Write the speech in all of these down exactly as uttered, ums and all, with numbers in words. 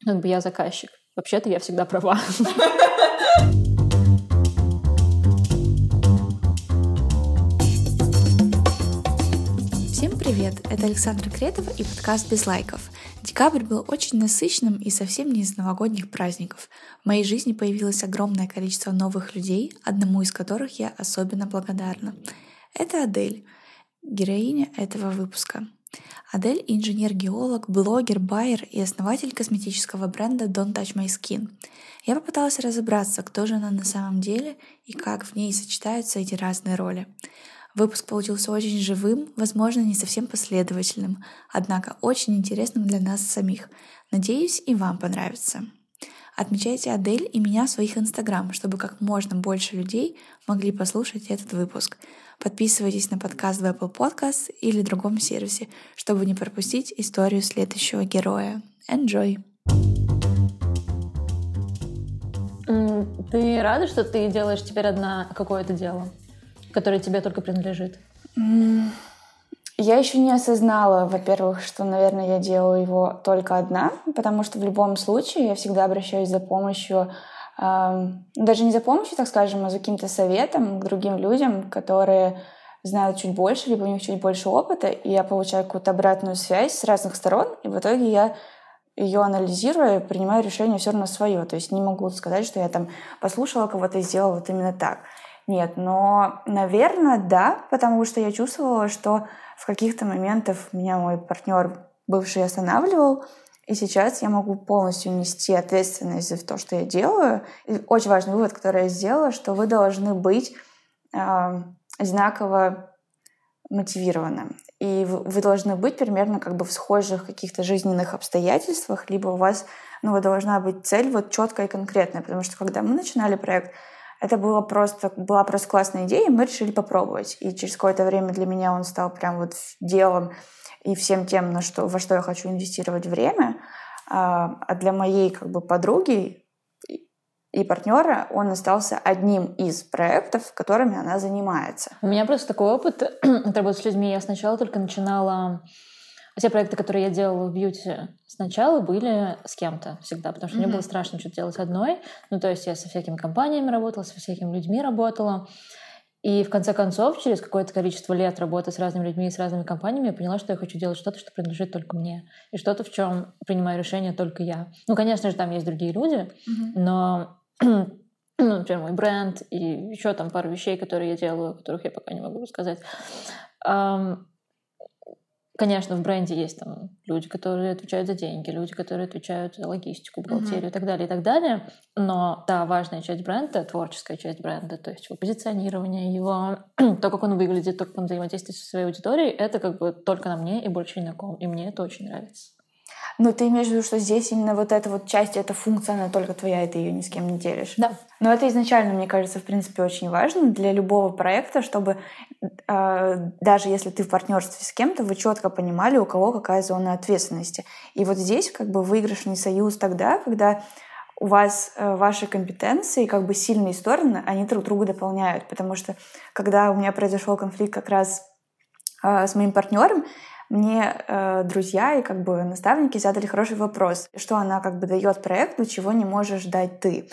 как бы я заказчик. Вообще-то я всегда права. Всем привет! Это Александра Кретова и подкаст «Без лайков». Декабрь был очень насыщенным и совсем не из новогодних праздников. В моей жизни появилось огромное количество новых людей, одному из которых я особенно благодарна. Это Адель, героиня этого выпуска. Адель — инженер-геолог, блогер, байер и основатель косметического бренда Don't Touch My Skin. Я попыталась разобраться, кто же она на самом деле и как в ней сочетаются эти разные роли. Выпуск получился очень живым, возможно, не совсем последовательным, однако очень интересным для нас самих. Надеюсь, и вам понравится. Отмечайте Адель и меня в своих инстаграм, чтобы как можно больше людей могли послушать этот выпуск. Подписывайтесь на подкаст в Apple Podcasts или другом сервисе, чтобы не пропустить историю следующего героя. Enjoy! Ты рада, что ты делаешь теперь одна какое-то дело, которое тебе только принадлежит? Я еще не осознала, во-первых, что, наверное, я делаю его только одна, потому что в любом случае я всегда обращаюсь за помощью, э, даже не за помощью, так скажем, а за каким-то советом к другим людям, которые знают чуть больше, либо у них чуть больше опыта, и я получаю какую-то обратную связь с разных сторон, и в итоге я ее анализирую и принимаю решение все равно свое. То есть не могу сказать, что я там послушала кого-то и сделала вот именно так. Нет, но, наверное, да, потому что я чувствовала, что в каких-то моментах меня мой партнер бывший останавливал, и сейчас я могу полностью нести ответственность за то, что я делаю. И очень важный вывод, который я сделала, что вы должны быть э, одинаково мотивированы. И вы, вы должны быть примерно как бы в схожих каких-то жизненных обстоятельствах, либо у вас, ну, вот должна быть цель вот четкая и конкретная, потому что когда мы начинали проект, это было просто, была просто классная идея, и мы решили попробовать. И через какое-то время для меня он стал прям вот делом и всем тем, на что, во что я хочу инвестировать время. А для моей как бы подруги и партнера он остался одним из проектов, которыми она занимается. У меня просто такой опыт от работы с людьми. Я сначала только начинала... Все проекты, которые я делала в бьюти сначала, были с кем-то всегда, потому что mm-hmm. мне было страшно что-то делать одной. Ну, то есть я со всякими компаниями работала, со всякими людьми работала. И в конце концов, через какое-то количество лет работы с разными людьми и с разными компаниями, я поняла, что я хочу делать что-то, что принадлежит только мне. И что-то, в чем принимаю решение только я. Ну, конечно же, там есть другие люди, mm-hmm. но... ну, например, мой бренд и еще там пару вещей, которые я делаю, о которых я пока не могу рассказать. Конечно, в бренде есть там люди, которые отвечают за деньги, люди, которые отвечают за логистику, бухгалтерию mm-hmm. и так далее, и так далее. Но та важная часть бренда, творческая часть бренда, то есть его позиционирование, его то, как он выглядит, то, как он взаимодействует со своей аудиторией, это как бы только на мне и больше ни на ком. И мне это очень нравится. Ну, ты имеешь в виду, что здесь именно вот эта вот часть, эта функция, она только твоя, и ты ее ни с кем не делишь? Да. Но это изначально, мне кажется, в принципе, очень важно для любого проекта, чтобы э, даже если ты в партнерстве с кем-то, вы четко понимали, у кого какая зона ответственности. И вот здесь как бы выигрышный союз тогда, когда у вас э, ваши компетенции, как бы сильные стороны, они друг друга дополняют. Потому что когда у меня произошел конфликт как раз э, с моим партнером, мне э, друзья и как бы наставники задали хороший вопрос, что она как бы дает проекту, чего не можешь дать ты.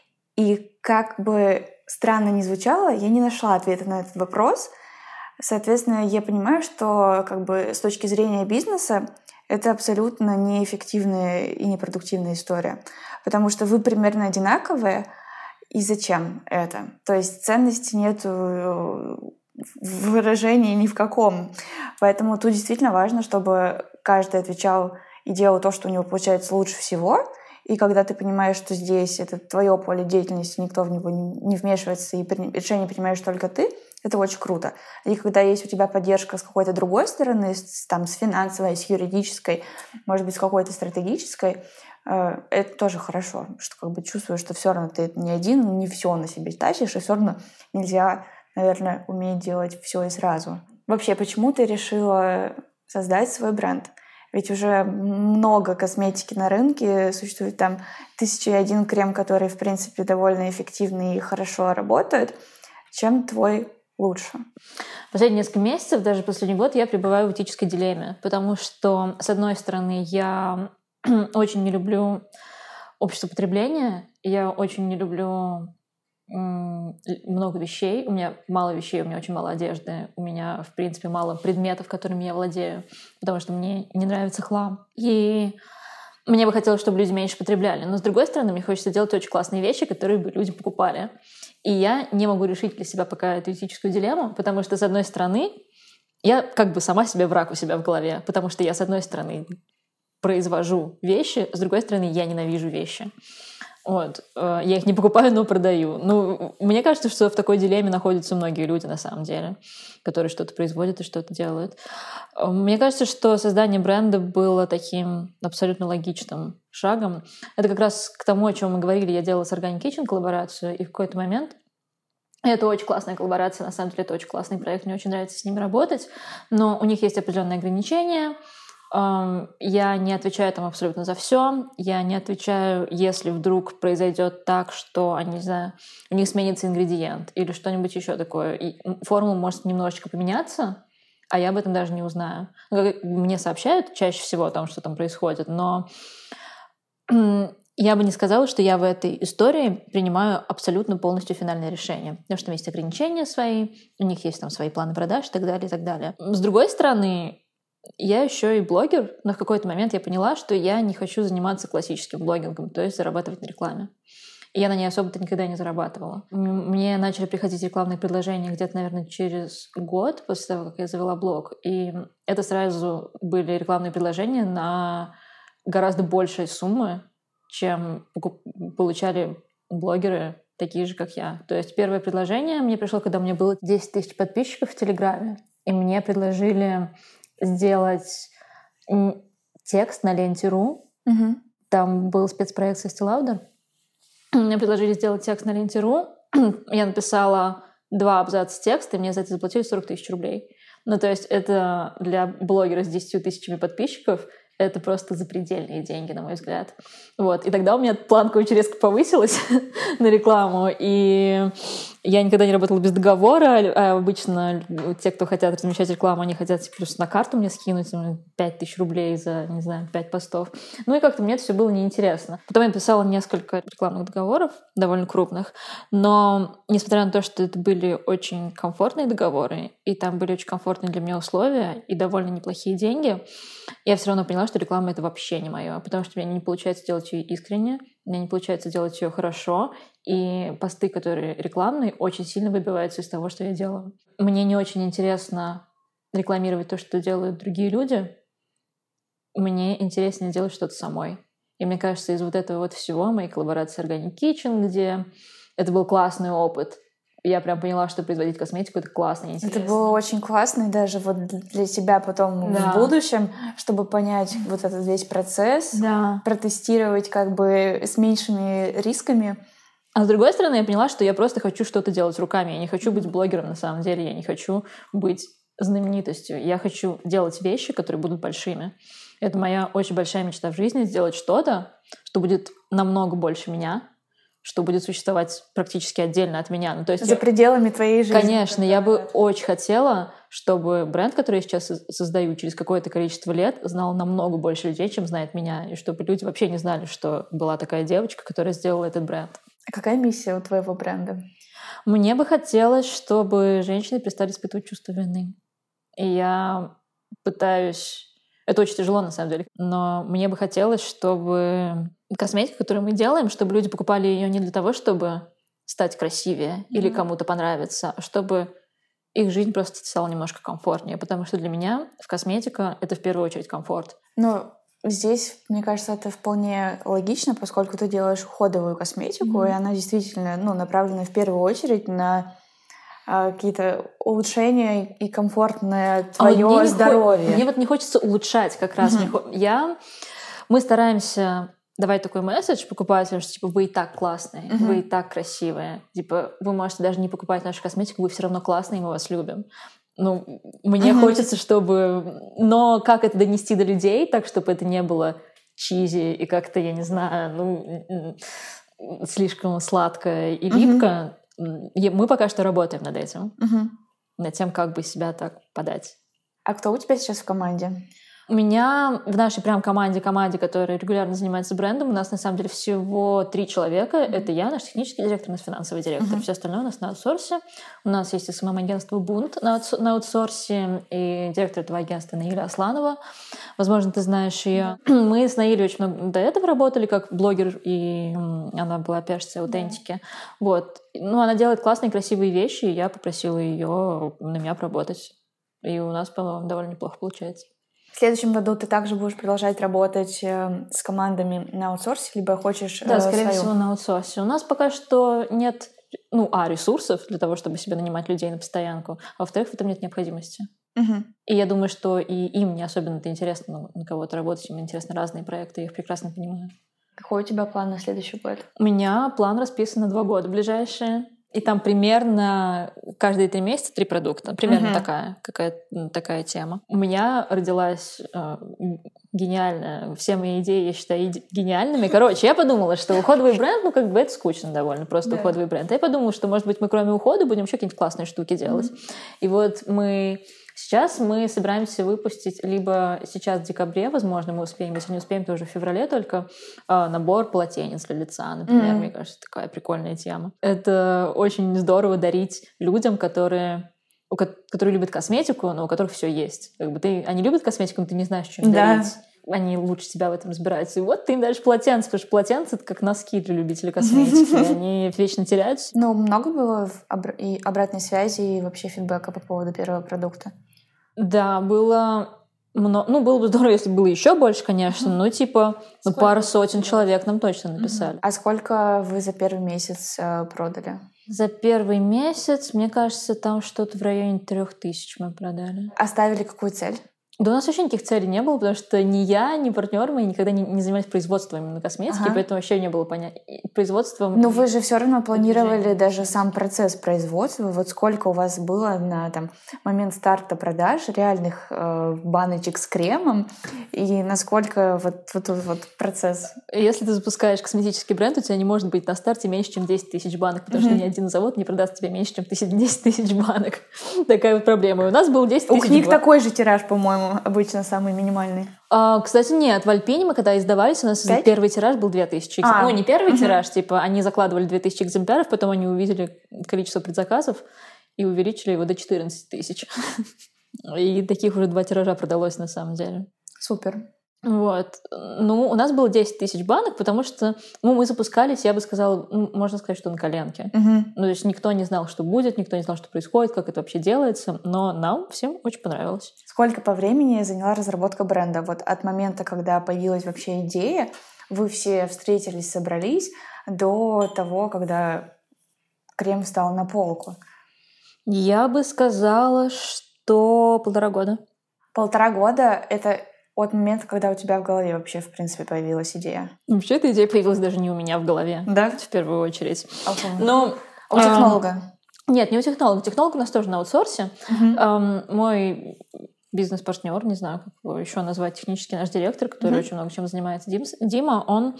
И как бы странно ни звучало, я не нашла ответа на этот вопрос. Соответственно, я понимаю, что как бы с точки зрения бизнеса это абсолютно неэффективная и непродуктивная история, потому что вы примерно одинаковые, и зачем это? То есть ценности нету в выражении ни в каком. Поэтому тут действительно важно, чтобы каждый отвечал и делал то, что у него получается лучше всего. И когда ты понимаешь, что здесь это твое поле деятельности, никто в него не вмешивается, и решение принимаешь только ты, это очень круто. И когда есть у тебя поддержка с какой-то другой стороны, с, там, с финансовой, с юридической, может быть, с какой-то стратегической, э, это тоже хорошо, что как бы чувствуешь, что все равно ты не один, не все на себе тащишь, и все равно нельзя, наверное, уметь делать все и сразу. Вообще, почему ты решила создать свой бренд? Ведь уже много косметики на рынке, существует там тысяча и один крем, который, в принципе, довольно эффективный и хорошо работает. Чем твой лучше? Последние несколько месяцев, даже последний год, я пребываю в этической дилемме, потому что, с одной стороны, я очень не люблю общество потребления, я очень не люблю м, много вещей, у меня мало вещей, у меня очень мало одежды, у меня, в принципе, мало предметов, которыми я владею, потому что мне не нравится хлам. И мне бы хотелось, чтобы люди меньше потребляли. Но, с другой стороны, мне хочется делать очень классные вещи, которые бы люди покупали. И я не могу решить для себя пока эту этическую дилемму, потому что, с одной стороны, я как бы сама себе враг у себя в голове, потому что я, с одной стороны, произвожу вещи, с другой стороны, я ненавижу вещи. Вот. Я их не покупаю, но продаю. Ну, мне кажется, что в такой дилемме находятся многие люди, на самом деле, которые что-то производят и что-то делают. Мне кажется, что создание бренда было таким абсолютно логичным шагом. Это как раз к тому, о чем мы говорили. Я делала с Organic Kitchen коллаборацию, и в какой-то момент... Это очень классная коллаборация, на самом деле, это очень классный проект, мне очень нравится с ними работать, но у них есть определенные ограничения. Я не отвечаю там абсолютно за все. Я не отвечаю, если вдруг произойдет так, что, не знаю, у них сменится ингредиент или что-нибудь еще такое. И формула может немножечко поменяться, а я об этом даже не узнаю. Мне сообщают чаще всего о том, что там происходит, но я бы не сказала, что я в этой истории принимаю абсолютно полностью финальное решение. Потому что у них есть ограничения свои, у них есть там свои планы продаж и так далее, и так далее. С другой стороны, я еще и блогер, но в какой-то момент я поняла, что я не хочу заниматься классическим блогингом, то есть зарабатывать на рекламе. И я на ней особо-то никогда не зарабатывала. Мне начали приходить рекламные предложения где-то, наверное, через год после того, как я завела блог. И это сразу были рекламные предложения на гораздо большие суммы, чем получали блогеры такие же, как я. То есть первое предложение мне пришло, когда у меня было десять тысяч подписчиков в Телеграме. И мне предложили сделать текст на ленте.ру. Угу. Там был спецпроект со Estee Lauder. Мне предложили сделать текст на ленте.ру. Я написала два абзаца текста, и мне за это заплатили сорок тысяч рублей. Ну, то есть это для блогера с десятью тысячами подписчиков это просто запредельные деньги, на мой взгляд. Вот. И тогда у меня планка очень резко повысилась на рекламу, и я никогда не работала без договора. А обычно те, кто хотят размещать рекламу, они хотят плюс на карту мне скинуть пять тысяч рублей за, не знаю, пять постов. Ну и как-то мне это все было неинтересно. Потом я написала несколько рекламных договоров, довольно крупных, но несмотря на то, что это были очень комфортные договоры, и там были очень комфортные для меня условия и довольно неплохие деньги, я все равно поняла, что реклама — это вообще не мое, потому что у меня не получается делать ее искренне, у меня не получается делать ее хорошо, и посты, которые рекламные, очень сильно выбиваются из того, что я делаю. Мне не очень интересно рекламировать то, что делают другие люди. Мне интереснее делать что-то самой. И мне кажется, из вот этого вот всего, моей коллаборации с Organic Kitchen, где это был классный опыт, я прям поняла, что производить косметику — это классно и интересно. Это было очень классно, и даже вот для тебя потом да. в будущем, чтобы понять вот этот весь процесс, да. протестировать как бы с меньшими рисками. А с другой стороны, я поняла, что я просто хочу что-то делать руками. Я не хочу быть блогером на самом деле, я не хочу быть знаменитостью. Я хочу делать вещи, которые будут большими. Это моя очень большая мечта в жизни — сделать что-то, что будет намного больше меня, что будет существовать практически отдельно от меня. Ну, то есть За я... пределами твоей жизни. Конечно, я бы очень хотела, чтобы бренд, который я сейчас создаю, через какое-то количество лет знал намного больше людей, чем знает меня, и чтобы люди вообще не знали, что была такая девочка, которая сделала этот бренд. А какая миссия у твоего бренда? Мне бы хотелось, чтобы женщины перестали испытывать чувство вины. И я пытаюсь... Это очень тяжело, на самом деле. Но мне бы хотелось, чтобы косметика, которую мы делаем, чтобы люди покупали ее не для того, чтобы стать красивее mm-hmm. или кому-то понравиться, а чтобы их жизнь просто стала немножко комфортнее. Потому что для меня в косметика — это в первую очередь комфорт. Ну, здесь, мне кажется, это вполне логично, поскольку ты делаешь уходовую косметику, mm-hmm. и она действительно ну, направлена в первую очередь на какие-то улучшения и комфортное твое а вот здоровье. Мне, мне вот не хочется улучшать как раз. Mm-hmm. Я... Мы стараемся давать такой месседж покупателям, что типа вы и так классные, mm-hmm. вы и так красивые. Типа вы можете даже не покупать нашу косметику, вы все равно классные, мы вас любим. Ну, мне mm-hmm. хочется, чтобы... Но как это донести до людей, так, чтобы это не было чизи и как-то, я не знаю, ну, слишком сладко и липко. Mm-hmm. Мы пока что работаем над этим, угу. над тем, как бы себя так подать. А кто у тебя сейчас в команде? У меня в нашей прям команде, команде, которая регулярно занимается брендом, у нас на самом деле всего три человека. Mm-hmm. Это я, наш технический директор, наш финансовый директор. Mm-hmm. Все остальное у нас на аутсорсе. У нас есть эс эм эм-агентство «Бунт» на, аутс- на аутсорсе, и директор этого агентства Наиля Асланова. Возможно, ты знаешь ее. Mm-hmm. Мы с Наилей очень много до этого работали как блогер, и она была пиарщицей аутентики. Mm-hmm. Вот. Ну, она делает классные, красивые вещи, и я попросила ее на меня поработать. И у нас, по-моему, довольно неплохо получается. В следующем году ты также будешь продолжать работать э, с командами на аутсорсе, либо хочешь Да, э, скорее свою? всего, на аутсорсе. У нас пока что нет, ну, а, ресурсов для того, чтобы себе нанимать людей на постоянку, а во-вторых, в этом нет необходимости. Угу. И я думаю, что и им не особенно-то интересно на кого-то работать, им интересны разные проекты, я их прекрасно понимаю. Какой у тебя план на следующий год? У меня план расписан на два года ближайшие. И там примерно каждые три месяца три продукта. Примерно uh-huh. такая, какая, такая тема. У меня родилась э, гениальная... Все мои идеи, я считаю, иде- гениальными. Короче, я подумала, что уходовый бренд, ну, как бы это скучно довольно, просто yeah. уходовый бренд. Я подумала, что, может быть, мы кроме ухода будем еще какие-нибудь классные штуки делать. Uh-huh. И вот мы... Сейчас мы собираемся выпустить либо сейчас в декабре, возможно, мы успеем, если не успеем, то уже в феврале только, э, набор полотенец для лица, например. Mm-hmm. Мне кажется, такая прикольная тема. Это очень здорово дарить людям, которые, у, которые любят косметику, но у которых все есть. Как бы ты, они любят косметику, но ты не знаешь, что им да. дарить. Они лучше тебя в этом разбираются. И вот ты им даешь полотенце, потому что полотенце — это как носки для любителей косметики. Они вечно теряются. Ну, много было и обратной связи, и вообще фидбэка по поводу первого продукта? Да, было много. Ну, было бы здорово, если было еще больше, конечно. Uh-huh. Ну, типа, ну, пару сотен человек нам точно написали. Uh-huh. А сколько вы за первый месяц э, продали? За первый месяц, мне кажется, там что-то в районе трех тысяч мы продали. Оставили какую цель? Да у нас вообще никаких целей не было, потому что ни я, ни партнер мы никогда не, не занимались производством именно косметики, ага. поэтому вообще не было понятия. Производством... Но вы же все равно планировали движение. Даже сам процесс производства. Вот сколько у вас было на там, момент старта продаж реальных э, баночек с кремом, и насколько вот, вот этот вот процесс? Если ты запускаешь косметический бренд, у тебя не может быть на старте меньше, чем десять тысяч банок, потому mm-hmm. что ни один завод не продаст тебе меньше, чем десять тысяч банок. Такая вот проблема. И у нас был десять тысяч. У книг такой же тираж, по-моему, обычно самый минимальный. А, кстати, нет, в Альпине мы когда издавались, у нас пять? Первый тираж был две тысячи экземпляров. А, ну, не первый угу. тираж, типа они закладывали две тысячи экземпляров, потом они увидели количество предзаказов и увеличили его до четырнадцать тысяч. И таких уже два тиража продалось на самом деле. Супер. Вот. Ну, у нас было десять тысяч банок, потому что ну, мы запускались, я бы сказала, ну, можно сказать, что на коленке. Угу. Ну, то есть никто не знал, что будет, никто не знал, что происходит, как это вообще делается, но нам всем очень понравилось. Сколько по времени заняла разработка бренда? Вот от момента, когда появилась вообще идея, вы все встретились, собрались, до того, когда крем встал на полку? Я бы сказала, что полтора года. Полтора года — это... От момента, когда у тебя в голове вообще, в принципе, появилась идея? Вообще, эта идея появилась даже не у меня в голове. Да? В первую очередь. Okay. Но, у технолога? Э, нет, не у технолога. Технолог у нас тоже на аутсорсе. Uh-huh. Э, мой бизнес-партнер, не знаю, как его еще назвать, технический наш директор, который uh-huh. очень много чем занимается, Дим, Дима, он,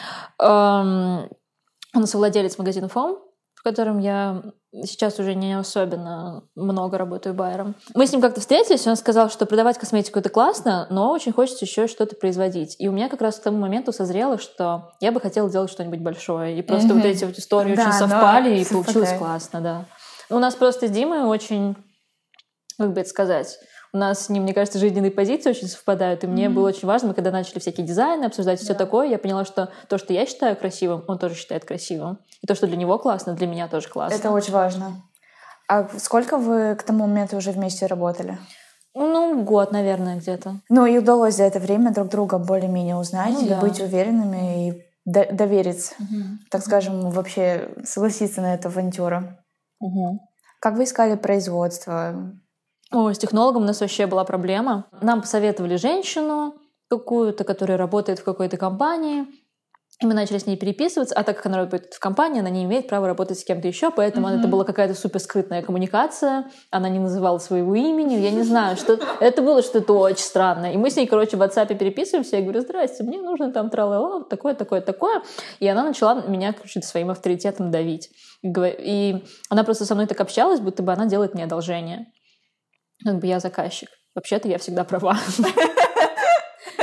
э, он совладелец магазина Фом, в котором я сейчас уже не особенно много работаю байером. Мы с ним как-то встретились, и он сказал, что продавать косметику — это классно, но очень хочется еще что-то производить. И у меня как раз к тому моменту созрело, что я бы хотела делать что-нибудь большое. И просто mm-hmm. вот эти вот истории да, очень совпали, и совпадает. Получилось классно, да. У нас просто с Димой очень, как бы это сказать... У нас с ним, мне кажется, жизненные позиции очень совпадают, и мне mm-hmm. было очень важно, мы когда начали всякие дизайны обсуждать и yeah. все такое, я поняла, что то, что я считаю красивым, он тоже считает красивым. И то, что для него классно, для меня тоже классно. Это очень важно. А сколько вы к тому моменту уже вместе работали? Ну, год, наверное, где-то. Ну, и удалось за это время друг друга более-менее узнать, ну, и да. быть уверенными, и до- довериться, mm-hmm. так скажем, вообще согласиться на эту авантюру. Mm-hmm. Как вы искали производство? О, с технологом у нас вообще была проблема. Нам посоветовали женщину какую-то, которая работает в какой-то компании. И мы начали с ней переписываться, а так как она работает в компании, она не имеет права работать с кем-то еще, поэтому mm-hmm. это была какая-то суперскрытная коммуникация. Она не называла своего имени, я не знаю, что это было что-то очень странное. И мы с ней, короче, в WhatsApp переписываемся, я говорю: здрасте, мне нужно там тра-ла-ла, вот такое, такое, такое. И она начала меня, короче, своим авторитетом давить. И она просто со мной так общалась, будто бы она делает мне одолжение. Как бы я заказчик. Вообще-то я всегда права.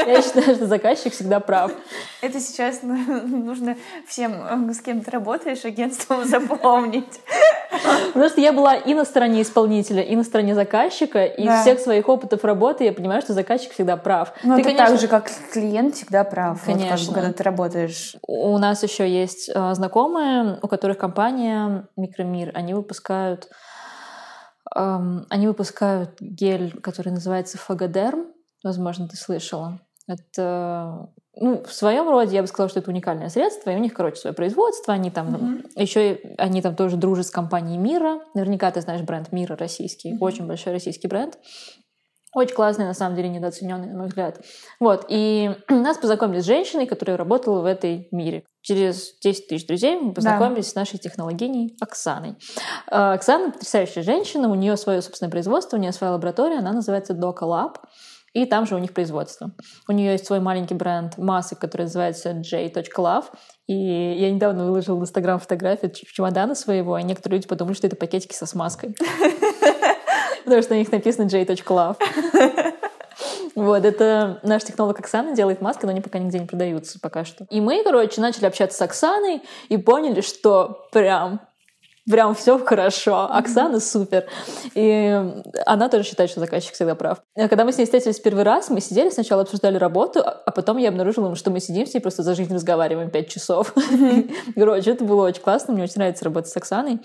Я считаю, что заказчик всегда прав. Это сейчас нужно всем, с кем ты работаешь, агентством запомнить. Потому что я была и на стороне исполнителя, и на стороне заказчика, и да. из всех своих опытов работы я понимаю, что заказчик всегда прав. Ну, ты, конечно... так же, как клиент всегда прав. Конечно. Вот, как бы, когда ты работаешь. У нас еще есть э, знакомые, у которых компания Микромир, они выпускают, э, они выпускают гель, который называется Фагадерм. Возможно, ты слышала. Это, ну, в своем роде я бы сказала, что это уникальное средство, и у них, короче, свое производство, они там, mm-hmm. еще они там тоже дружат с компанией Мира. Наверняка ты знаешь бренд Мира российский, mm-hmm. очень большой российский бренд. Очень классный, на самом деле, недооцененный, на мой взгляд. Вот, и нас познакомили с женщиной, которая работала в этой Мире. Через десять тысяч друзей мы познакомились да. с нашей технологиней Оксаной. Оксана потрясающая женщина, у нее свое собственное производство, у нее своя лаборатория, она называется Doka Lab. И там же у них производство. У нее есть свой маленький бренд масок, который называется джей точка лав. И я недавно выложила в Инстаграм фотографию чемодана своего, и некоторые люди подумали, что это пакетики со смазкой. Потому что на них написано джей точка лав. Вот, это наш технолог Оксана делает маски, но они пока нигде не продаются пока что. И мы, короче, начали общаться с Оксаной и поняли, что прям... Прям все хорошо. Оксана супер. И она тоже считает, что заказчик всегда прав. Когда мы с ней встретились первый раз, мы сидели, сначала обсуждали работу, а потом я обнаружила, что мы сидим с ней просто за жизнь разговариваем пять часов. Короче, это было очень классно. Мне очень нравится работать с Оксаной.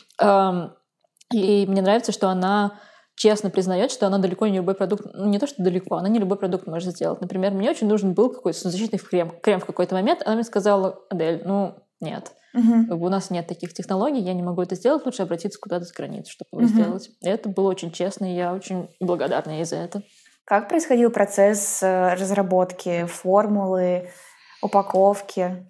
И мне нравится, что она честно признает, что она далеко не любой продукт, ну не то, что далеко, она не любой продукт может сделать. Например, мне очень нужен был какой-то солнцезащитный крем, крем в какой-то момент. Она мне сказала: Адель, ну нет. Uh-huh. У нас нет таких технологий, я не могу это сделать, лучше обратиться куда-то за границу, чтобы его uh-huh. сделать. И это было очень честно, и я очень благодарна ей за это. Как происходил процесс разработки формулы, упаковки?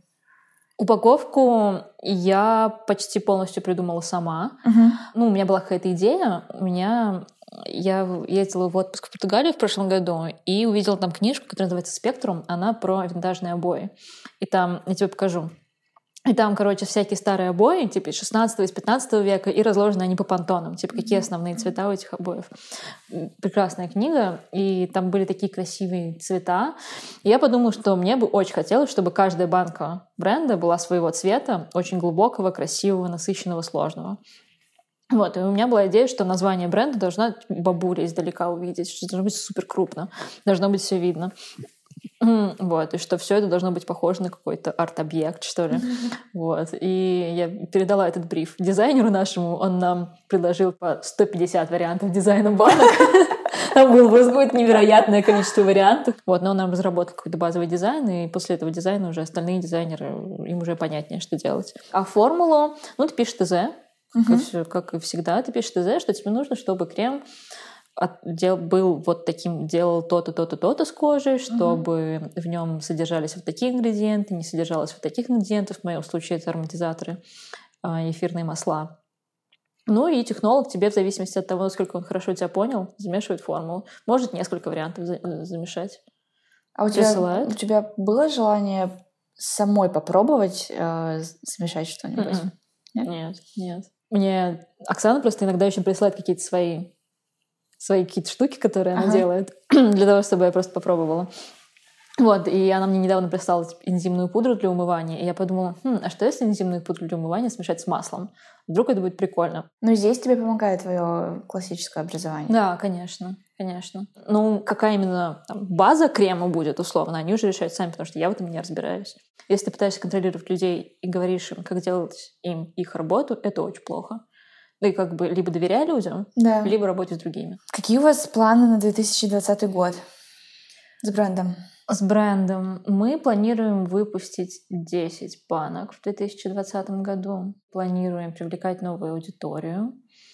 Упаковку я почти полностью придумала сама. Uh-huh. Ну, у меня была какая-то идея, у меня... Я ездила в отпуск в Португалию в прошлом году и увидела там книжку, которая называется «Спектрум», она про винтажные обои. И там, я тебе покажу, и там, короче, всякие старые обои, типа из шестнадцатого, из пятнадцатого века, и разложены они по пантонам, типа какие основные цвета у этих обоев. Прекрасная книга, и там были такие красивые цвета. И я подумала, что мне бы очень хотелось, чтобы каждая банка бренда была своего цвета, очень глубокого, красивого, насыщенного, сложного. Вот, и у меня была идея, что название бренда должна бабуля издалека увидеть, что должно быть супер крупно, должно быть все видно. Вот, и что все это должно быть похоже на какой-то арт-объект, что ли. Вот, и я передала этот бриф дизайнеру нашему, он нам предложил по сто пятьдесят вариантов дизайна банок. Там было просто какое-то невероятное количество вариантов. Вот, но он нам разработал какой-то базовый дизайн, и после этого дизайна уже остальные дизайнеры, им уже понятнее, что делать. А формулу, ну, ты пишешь ТЗ, как, и все, как и всегда, ты пишешь ТЗ, что тебе нужно, чтобы крем Отдел был вот таким, делал то-то, то-то, то-то с кожей, чтобы uh-huh. в нем содержались вот такие ингредиенты, не содержалось вот таких ингредиентов, в моем случае это ароматизаторы, эфирные масла. Ну и технолог тебе в зависимости от того, насколько он хорошо тебя понял, замешивает формулу. Может несколько вариантов за- замешать. А у тебя, у тебя было желание самой попробовать э, смешать что-нибудь? Mm-mm. Нет? Нет, нет. Мне Оксана просто иногда еще присылает какие-то свои свои какие-то штуки, которые ага. она делает, для того, чтобы я просто попробовала. Вот, и она мне недавно прислала типа, энзимную пудру для умывания, и я подумала, хм, а что если энзимную пудру для умывания смешать с маслом? Вдруг это будет прикольно. Но здесь тебе помогает твое классическое образование. Да, конечно, конечно. Ну, какая именно там, база крема будет, условно, они уже решают сами, потому что я в этом не разбираюсь. Если ты пытаешься контролировать людей и говоришь им, как делать им их работу, это очень плохо. Ты как бы либо доверяй людям, да. либо работай с другими. Какие у вас планы на две тысячи двадцатый год с брендом? С брендом мы планируем выпустить десять банок в две тысячи двадцатом году. Планируем привлекать новую аудиторию.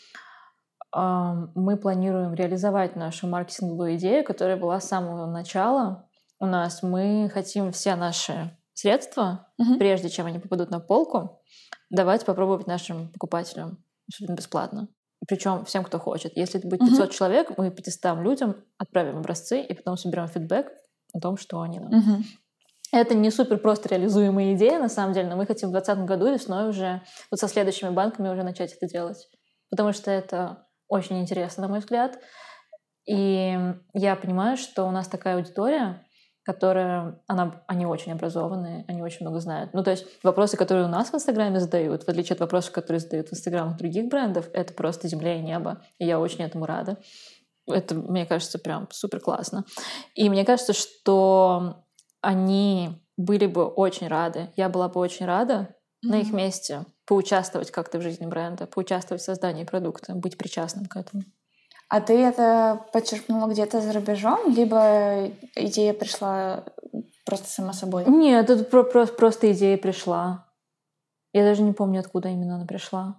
Мы планируем реализовать нашу маркетинговую идею, которая была с самого начала. У нас мы хотим все наши средства, угу. прежде чем они попадут на полку, давать попробовать нашим покупателям. Абсолютно бесплатно. Причем всем, кто хочет. Если это будет пятьсот uh-huh. человек, мы пятистам людям отправим образцы и потом соберем фидбэк о том, что они нам. Uh-huh. Это не супер просто реализуемая идея, на самом деле, но мы хотим в двадцатом году весной уже, вот со следующими банками уже начать это делать. Потому что это очень интересно, на мой взгляд. И я понимаю, что у нас такая аудитория, которая... Она, они очень образованные, они очень много знают. Ну, то есть вопросы, которые у нас в Инстаграме задают, в отличие от вопросов, которые задают в Инстаграмах других брендов, это просто земля и небо. И я очень этому рада. Это, мне кажется, прям супер классно. И мне кажется, что они были бы очень рады. Я была бы очень рада mm-hmm. на их месте поучаствовать как-то в жизни бренда, поучаствовать в создании продукта, быть причастным к этому. А ты это подчеркнула где-то за рубежом, либо идея пришла просто сама собой? Нет, это про- про- просто идея пришла. Я даже не помню, откуда именно она пришла.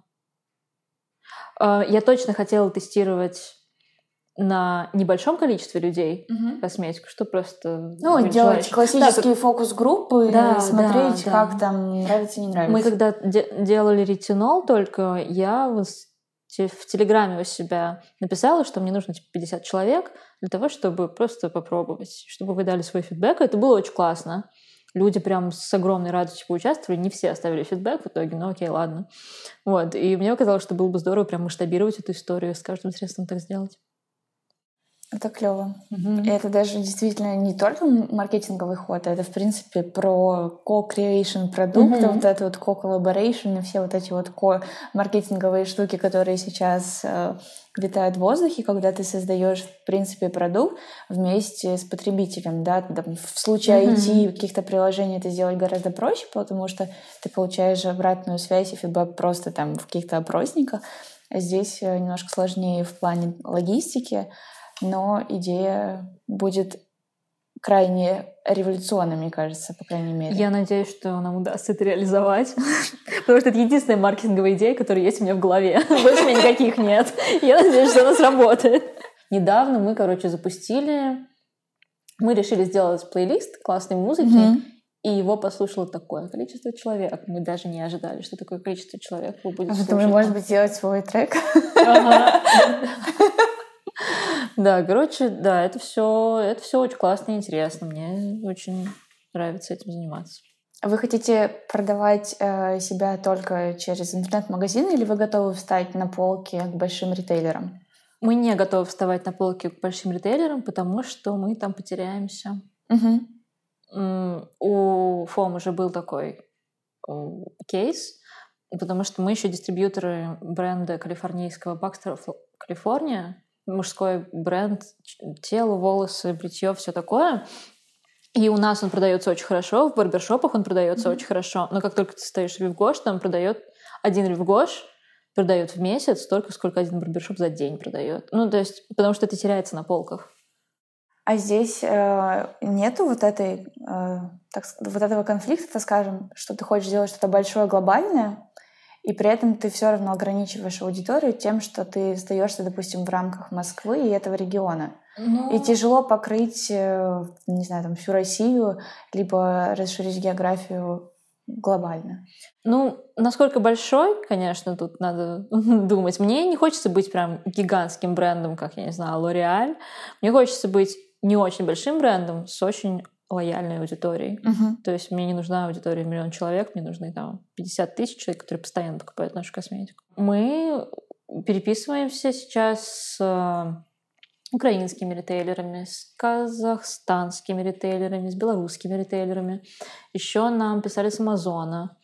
Я точно хотела тестировать на небольшом количестве людей угу. косметику, что просто... Ну, делать человечек. Классические да, фокус-группы да, и смотреть, да, да. как там нравится, не нравится. Мы когда де- делали ретинол только, я в, в Телеграме у себя написала, что мне нужно типа пятьдесят человек для того, чтобы просто попробовать, чтобы вы дали свой фидбэк. Это было очень классно. Люди прям с огромной радостью поучаствовали. Не все оставили фидбэк в итоге, но окей, ладно. Вот. И мне казалось, что было бы здорово прям масштабировать эту историю, с каждым средством так сделать. Это клево. Mm-hmm. И это даже действительно не только маркетинговый ход, это, в принципе, про co-creation продукта, mm-hmm. вот это вот co-collaboration и все вот эти вот ко-маркетинговые штуки, которые сейчас э, витают в воздухе, когда ты создаешь, в принципе, продукт вместе с потребителем, да, там, в случае mm-hmm. ай ти каких-то приложений это сделать гораздо проще, потому что ты получаешь обратную связь и фидбэк просто там в каких-то опросниках. А здесь немножко сложнее в плане логистики, но идея будет крайне революционной, мне кажется, по крайней мере. Я надеюсь, что нам удастся это реализовать, потому что это единственная маркетинговая идея, которая есть у меня в голове. Больше у меня никаких нет. Я надеюсь, что она сработает. Недавно мы, короче, запустили... Мы решили сделать плейлист классной музыки, mm-hmm. и его послушало такое количество человек. Мы даже не ожидали, что такое количество человек будет слушать. А потом, может быть, сделать свой трек? Да, короче, да, это все, это все очень классно и интересно. Мне очень нравится этим заниматься. Вы хотите продавать э, себя только через интернет-магазин или вы готовы встать на полки к большим ритейлерам? Мы не готовы вставать на полки к большим ритейлерам, потому что мы там потеряемся. Угу. У Фом уже был такой кейс, потому что мы еще дистрибьюторы бренда калифорнийского Baxter California, мужской бренд, тело, волосы, бритье, все такое. И у нас он продается очень хорошо, в барбершопах он продается mm-hmm. очень хорошо. Но как только ты стоишь в Рив-Гош, там продает один Рив-Гош, продает в месяц столько, сколько один барбершоп за день продает. Ну, то есть, потому что это теряется на полках. А здесь э, нету вот этой, э, так, вот этого конфликта, так скажем, что ты хочешь сделать что-то большое, глобальное, и при этом ты все равно ограничиваешь аудиторию тем, что ты остаешься, допустим, в рамках Москвы и этого региона. Ну... И тяжело покрыть, не знаю, там, всю Россию, либо расширить географию глобально. Ну, насколько большой, конечно, тут надо думать. Мне не хочется быть прям гигантским брендом, как, я не знаю, L'Oréal. Мне хочется быть не очень большим брендом с очень лояльной аудиторией. Uh-huh. То есть мне не нужна аудитория миллион человек, мне нужны там пятьдесят тысяч человек, которые постоянно покупают нашу косметику. Мы переписываемся сейчас с украинскими ритейлерами, с казахстанскими ритейлерами, с белорусскими ритейлерами. Еще нам писали с Амазона.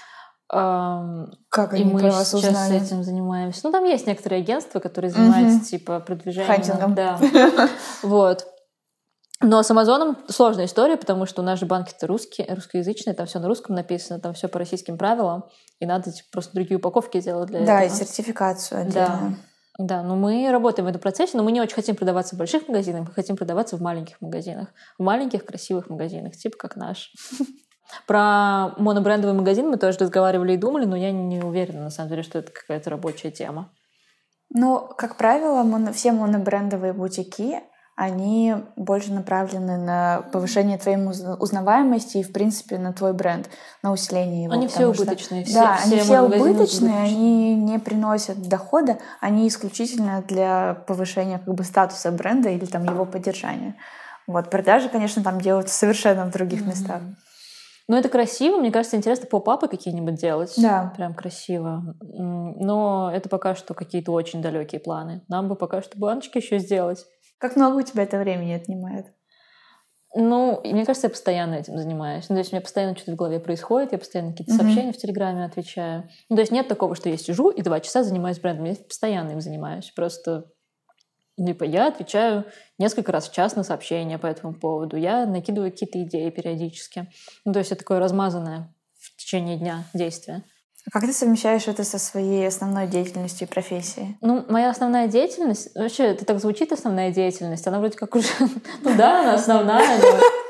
Как они и мы про вас сейчас узнали? Этим занимаемся. Ну, там есть некоторые агентства, которые занимаются uh-huh. типа продвижением. Хантингом. Да. Вот. Но с Амазоном сложная история, потому что у нас же банки-то русские, русскоязычные, там все на русском написано, там все по российским правилам, и надо типа, просто другие упаковки делать для да, этого. Да, и сертификацию отдельно. Да. Да, но мы работаем в этом процессе, но мы не очень хотим продаваться в больших магазинах, мы хотим продаваться в маленьких магазинах, в маленьких красивых магазинах, типа как наш. Про монобрендовый магазин мы тоже разговаривали и думали, но я не уверена, на самом деле, что это какая-то рабочая тема. Ну, как правило, моно... все монобрендовые бутики, они больше направлены на повышение твоей узнаваемости и, в принципе, на твой бренд, на усиление его. Они все убыточные. Что, да, все, они все, все убыточные, убыточные, они не приносят дохода, они исключительно для повышения как бы статуса бренда или там его поддержания. Вот. Продажи, конечно, там делаются совершенно в других mm-hmm. местах. Ну, это красиво. Мне кажется, интересно поп-апы какие-нибудь делать. Да. Прям красиво. Но это пока что какие-то очень далекие планы. Нам бы пока что баночки еще сделать. Как много у тебя это времени отнимает? Ну, мне кажется, я постоянно этим занимаюсь. Ну, то есть у меня постоянно что-то в голове происходит, я постоянно какие-то mm-hmm. сообщения в Телеграме отвечаю. Ну, то есть нет такого, что я сижу и два часа занимаюсь брендом. Я постоянно им занимаюсь. Просто типа, я отвечаю несколько раз в час на сообщения по этому поводу. Я накидываю какие-то идеи периодически. Ну, то есть это такое размазанное в течение дня действие. Как ты совмещаешь это со своей основной деятельностью и профессией? Ну, моя основная деятельность... Вообще, это так звучит, основная деятельность. Она вроде как уже... Ну да, она основная,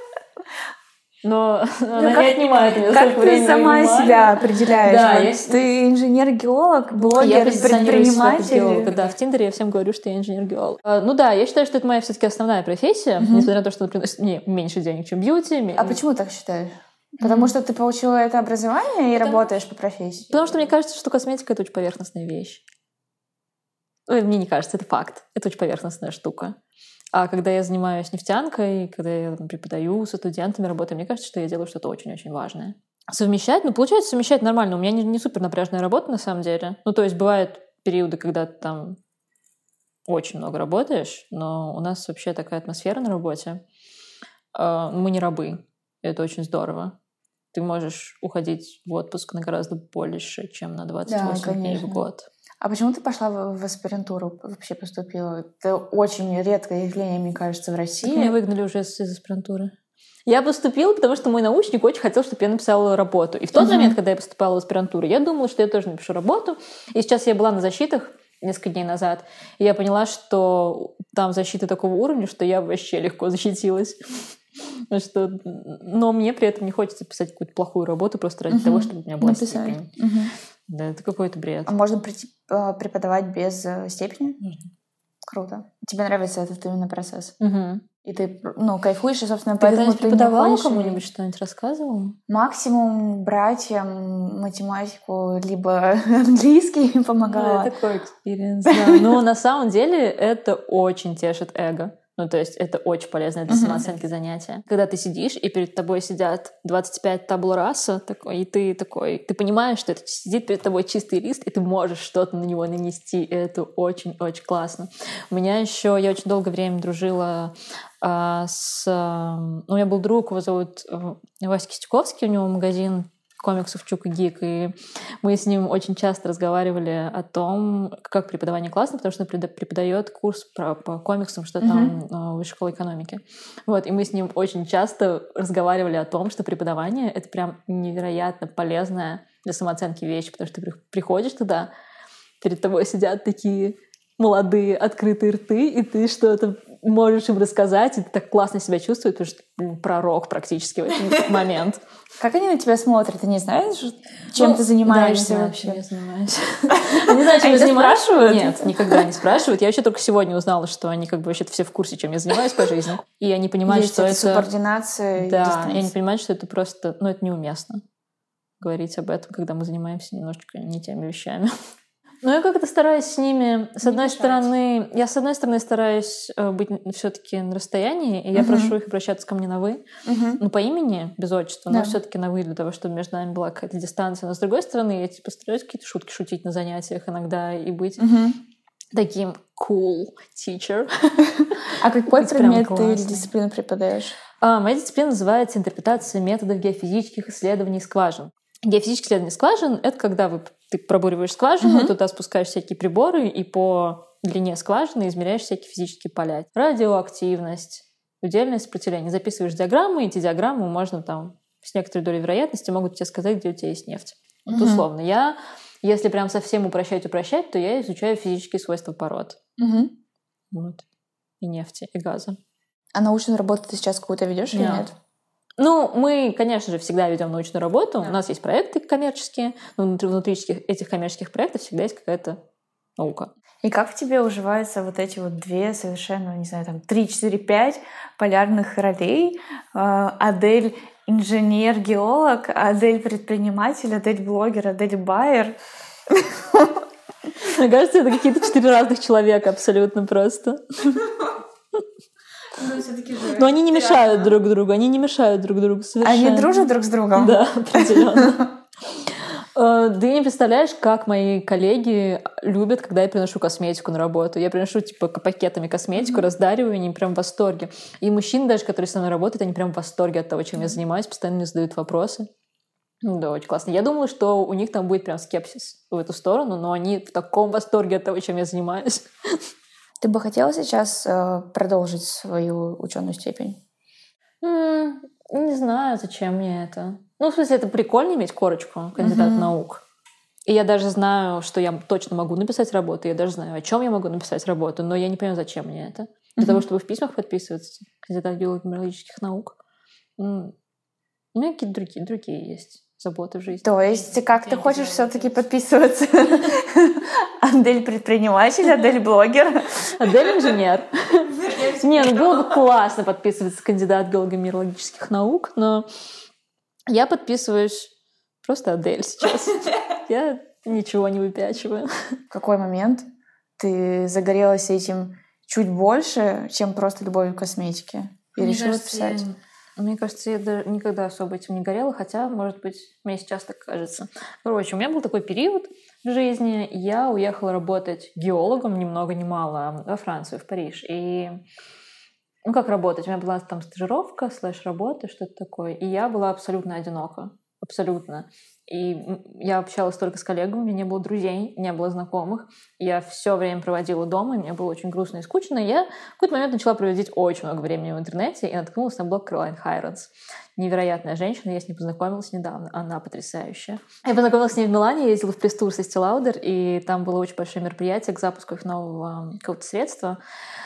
но она не отнимает у меня столько времени. Как ты сама себя определяешь? Да, вот ты инженер-геолог, блогер, предприниматель? Да, в Тиндере я всем говорю, что я инженер-геолог. Ну да, я считаю, что это моя все-таки основная профессия, несмотря на то, что она приносит мне меньше денег, чем бьюти. А почему так считаешь? Потому mm-hmm. что ты получила это образование и Потому... работаешь по профессии? Потому что мне кажется, что косметика — это очень поверхностная вещь. Ой, мне не кажется, это факт. Это очень поверхностная штука. А когда я занимаюсь нефтянкой, когда я там, преподаю со студентами, работаю, мне кажется, что я делаю что-то очень-очень важное. Совмещать? Ну, получается, совмещать нормально. У меня не, не супер напряжная работа, на самом деле. Ну, то есть бывают периоды, когда ты там очень много работаешь, но у нас вообще такая атмосфера на работе. Мы не рабы. Это очень здорово. Ты можешь уходить в отпуск на гораздо больше, чем на двадцать восемь да, дней в год. А почему ты пошла в аспирантуру, вообще поступила? Это очень редкое явление, мне кажется, в России. Так меня выгнали уже из аспирантуры. Я поступила, потому что мой научник очень хотел, чтобы я написала работу. И в тот uh-huh. момент, когда я поступала в аспирантуру, я думала, что я тоже напишу работу. И сейчас я была на защитах несколько дней назад, и я поняла, что там защита такого уровня, что я вообще легко защитилась. Что... Но мне при этом не хочется писать какую-то плохую работу просто ради uh-huh. того, чтобы у меня была Написать. степень. Uh-huh. Да, это какой-то бред. А можно прийти, преподавать без степени? Можно. Круто. Тебе нравится этот именно процесс? Uh-huh. И ты, ну, кайфуешь, и, собственно, ты поэтому ты преподавала не ходишь... кому-нибудь что-нибудь, рассказывала? Максимум братьям математику либо английский помогала. Ну, такой экспириенс, да. Но на самом деле это очень тешит эго. Ну, то есть это очень полезное для самооценки uh-huh. занятие. Когда ты сидишь, и перед тобой сидят двадцать пять табула раса, такой, и ты такой, ты понимаешь, что это сидит перед тобой чистый лист, и ты можешь что-то на него нанести, и это очень-очень классно. У меня еще, я очень долгое время дружила а, с... Ну, у меня был друг, его зовут Вася Кистюковский, у него магазин комиксов «Чук и Гик», и мы с ним очень часто разговаривали о том, как преподавание классно, потому что он преподает курс про, по комиксам, что там mm-hmm. в высшей школе экономики. Вот, и мы с ним очень часто разговаривали о том, что преподавание — это прям невероятно полезная для самооценки вещь, потому что ты приходишь туда, перед тобой сидят такие молодые открытые рты, и ты что-то можешь им рассказать, и ты так классно себя чувствуешь, потому что ты пророк практически в этот момент. Как они на тебя смотрят? Ты не знаешь, чем ну, ты занимаешься да, вообще? Да, я занимаюсь. Они знают, чем я занимаюсь? Спрашивают? Нет, никогда не спрашивают. Я вообще только сегодня узнала, что они как бы вообще все в курсе, чем я занимаюсь по жизни. И они понимают, Есть что это... субординация. Да, и они понимают, что это просто... Ну, это неуместно говорить об этом, когда мы занимаемся немножечко не теми вещами. Ну, я как-то стараюсь с ними, с не одной мешать. стороны, я с одной стороны стараюсь быть все-таки на расстоянии, и я uh-huh. прошу их обращаться ко мне на «вы», uh-huh. ну, по имени, без отчества, да. но все-таки на «вы», для того, чтобы между нами была какая-то дистанция. Но с другой стороны, я типа стараюсь какие-то шутки шутить на занятиях иногда и быть uh-huh. таким cool teacher. А какой предмет ты или дисциплину преподаешь? А, моя дисциплина называется «Интерпретация методов геофизических исследований скважин». Геофизические исследования скважин — это когда вы, ты пробуриваешь скважину, uh-huh. туда спускаешь всякие приборы и по длине скважины измеряешь всякие физические поля. Радиоактивность, удельное сопротивление. Записываешь диаграммы, и эти диаграммы можно там с некоторой долей вероятности могут тебе сказать, где у тебя есть нефть. Uh-huh. Вот условно. Я, если прям совсем упрощать-упрощать, то я изучаю физические свойства пород. Uh-huh. Вот. И нефти, и газа. А научную работу ты сейчас какую-то ведешь или нет? Ну, мы, конечно же, всегда ведем научную работу. Да. У нас есть проекты коммерческие, но внутри, внутри этих коммерческих проектов всегда есть какая-то наука. И как в тебе уживаются вот эти вот две совершенно, не знаю, там, три, четыре, пять полярных ролей? Адель инженер-геолог, Адель предприниматель, Адель блогер, Адель байер. Мне кажется, это какие-то четыре разных человека абсолютно просто. Но, Но они не мешают друг другу, они не мешают друг другу совершенно. Они дружат друг с другом? Да, определенно. Ты не представляешь, как мои коллеги любят, когда я приношу косметику на работу. Я приношу, типа, пакетами косметику, mm-hmm. раздариваю, они прям в восторге. И мужчины даже, которые со мной работают, они прям в восторге от того, чем mm-hmm. я занимаюсь, постоянно мне задают вопросы. Ну да, очень классно. Я думала, что у них там будет прям скепсис в эту сторону, но они в таком восторге от того, чем я занимаюсь. Ты бы хотела сейчас э, продолжить свою ученую степень? Mm, не знаю, зачем мне это. Ну, в смысле, это прикольно иметь корочку кандидата uh-huh. наук. И я даже знаю, что я точно могу написать работу, я даже знаю, о чем я могу написать работу, но я не понимаю, зачем мне это. Для uh-huh. того, чтобы в письмах подписываться, кандидат биологических наук. У меня какие-то другие, другие есть заботы в жизни. То есть, как ты хочешь все-таки подписываться? Адель предприниматель, Адель блогер. Адель инженер. Не, ну было бы классно подписываться кандидат биолого-мирологических наук, но я подписываюсь просто Адель сейчас. Я ничего не выпячиваю. В какой момент ты загорелась этим чуть больше, чем просто любовью к косметике? И Мне решила кажется, писать? Я, мне кажется, я даже никогда особо этим не горела, хотя, может быть, мне сейчас так кажется. Короче, у меня был такой период в жизни. Я уехала работать геологом ни много ни мало во Францию, в Париж. И ну, как работать? У меня была там стажировка, слэш-работа, что-то такое. И я была абсолютно одинока. Абсолютно. И я общалась только с коллегами, у меня не было друзей, не было знакомых. Я все время проводила дома, и мне было очень грустно и скучно. И я в какой-то момент начала проводить очень много времени в интернете и наткнулась на блог Кэролайн Хайронс. Невероятная женщина, я с ней познакомилась недавно. Она потрясающая. Я познакомилась с ней в Милане, я ездила в пресс-тур с Estée Lauder, и там было очень большое мероприятие к запуску их нового какого-то средства.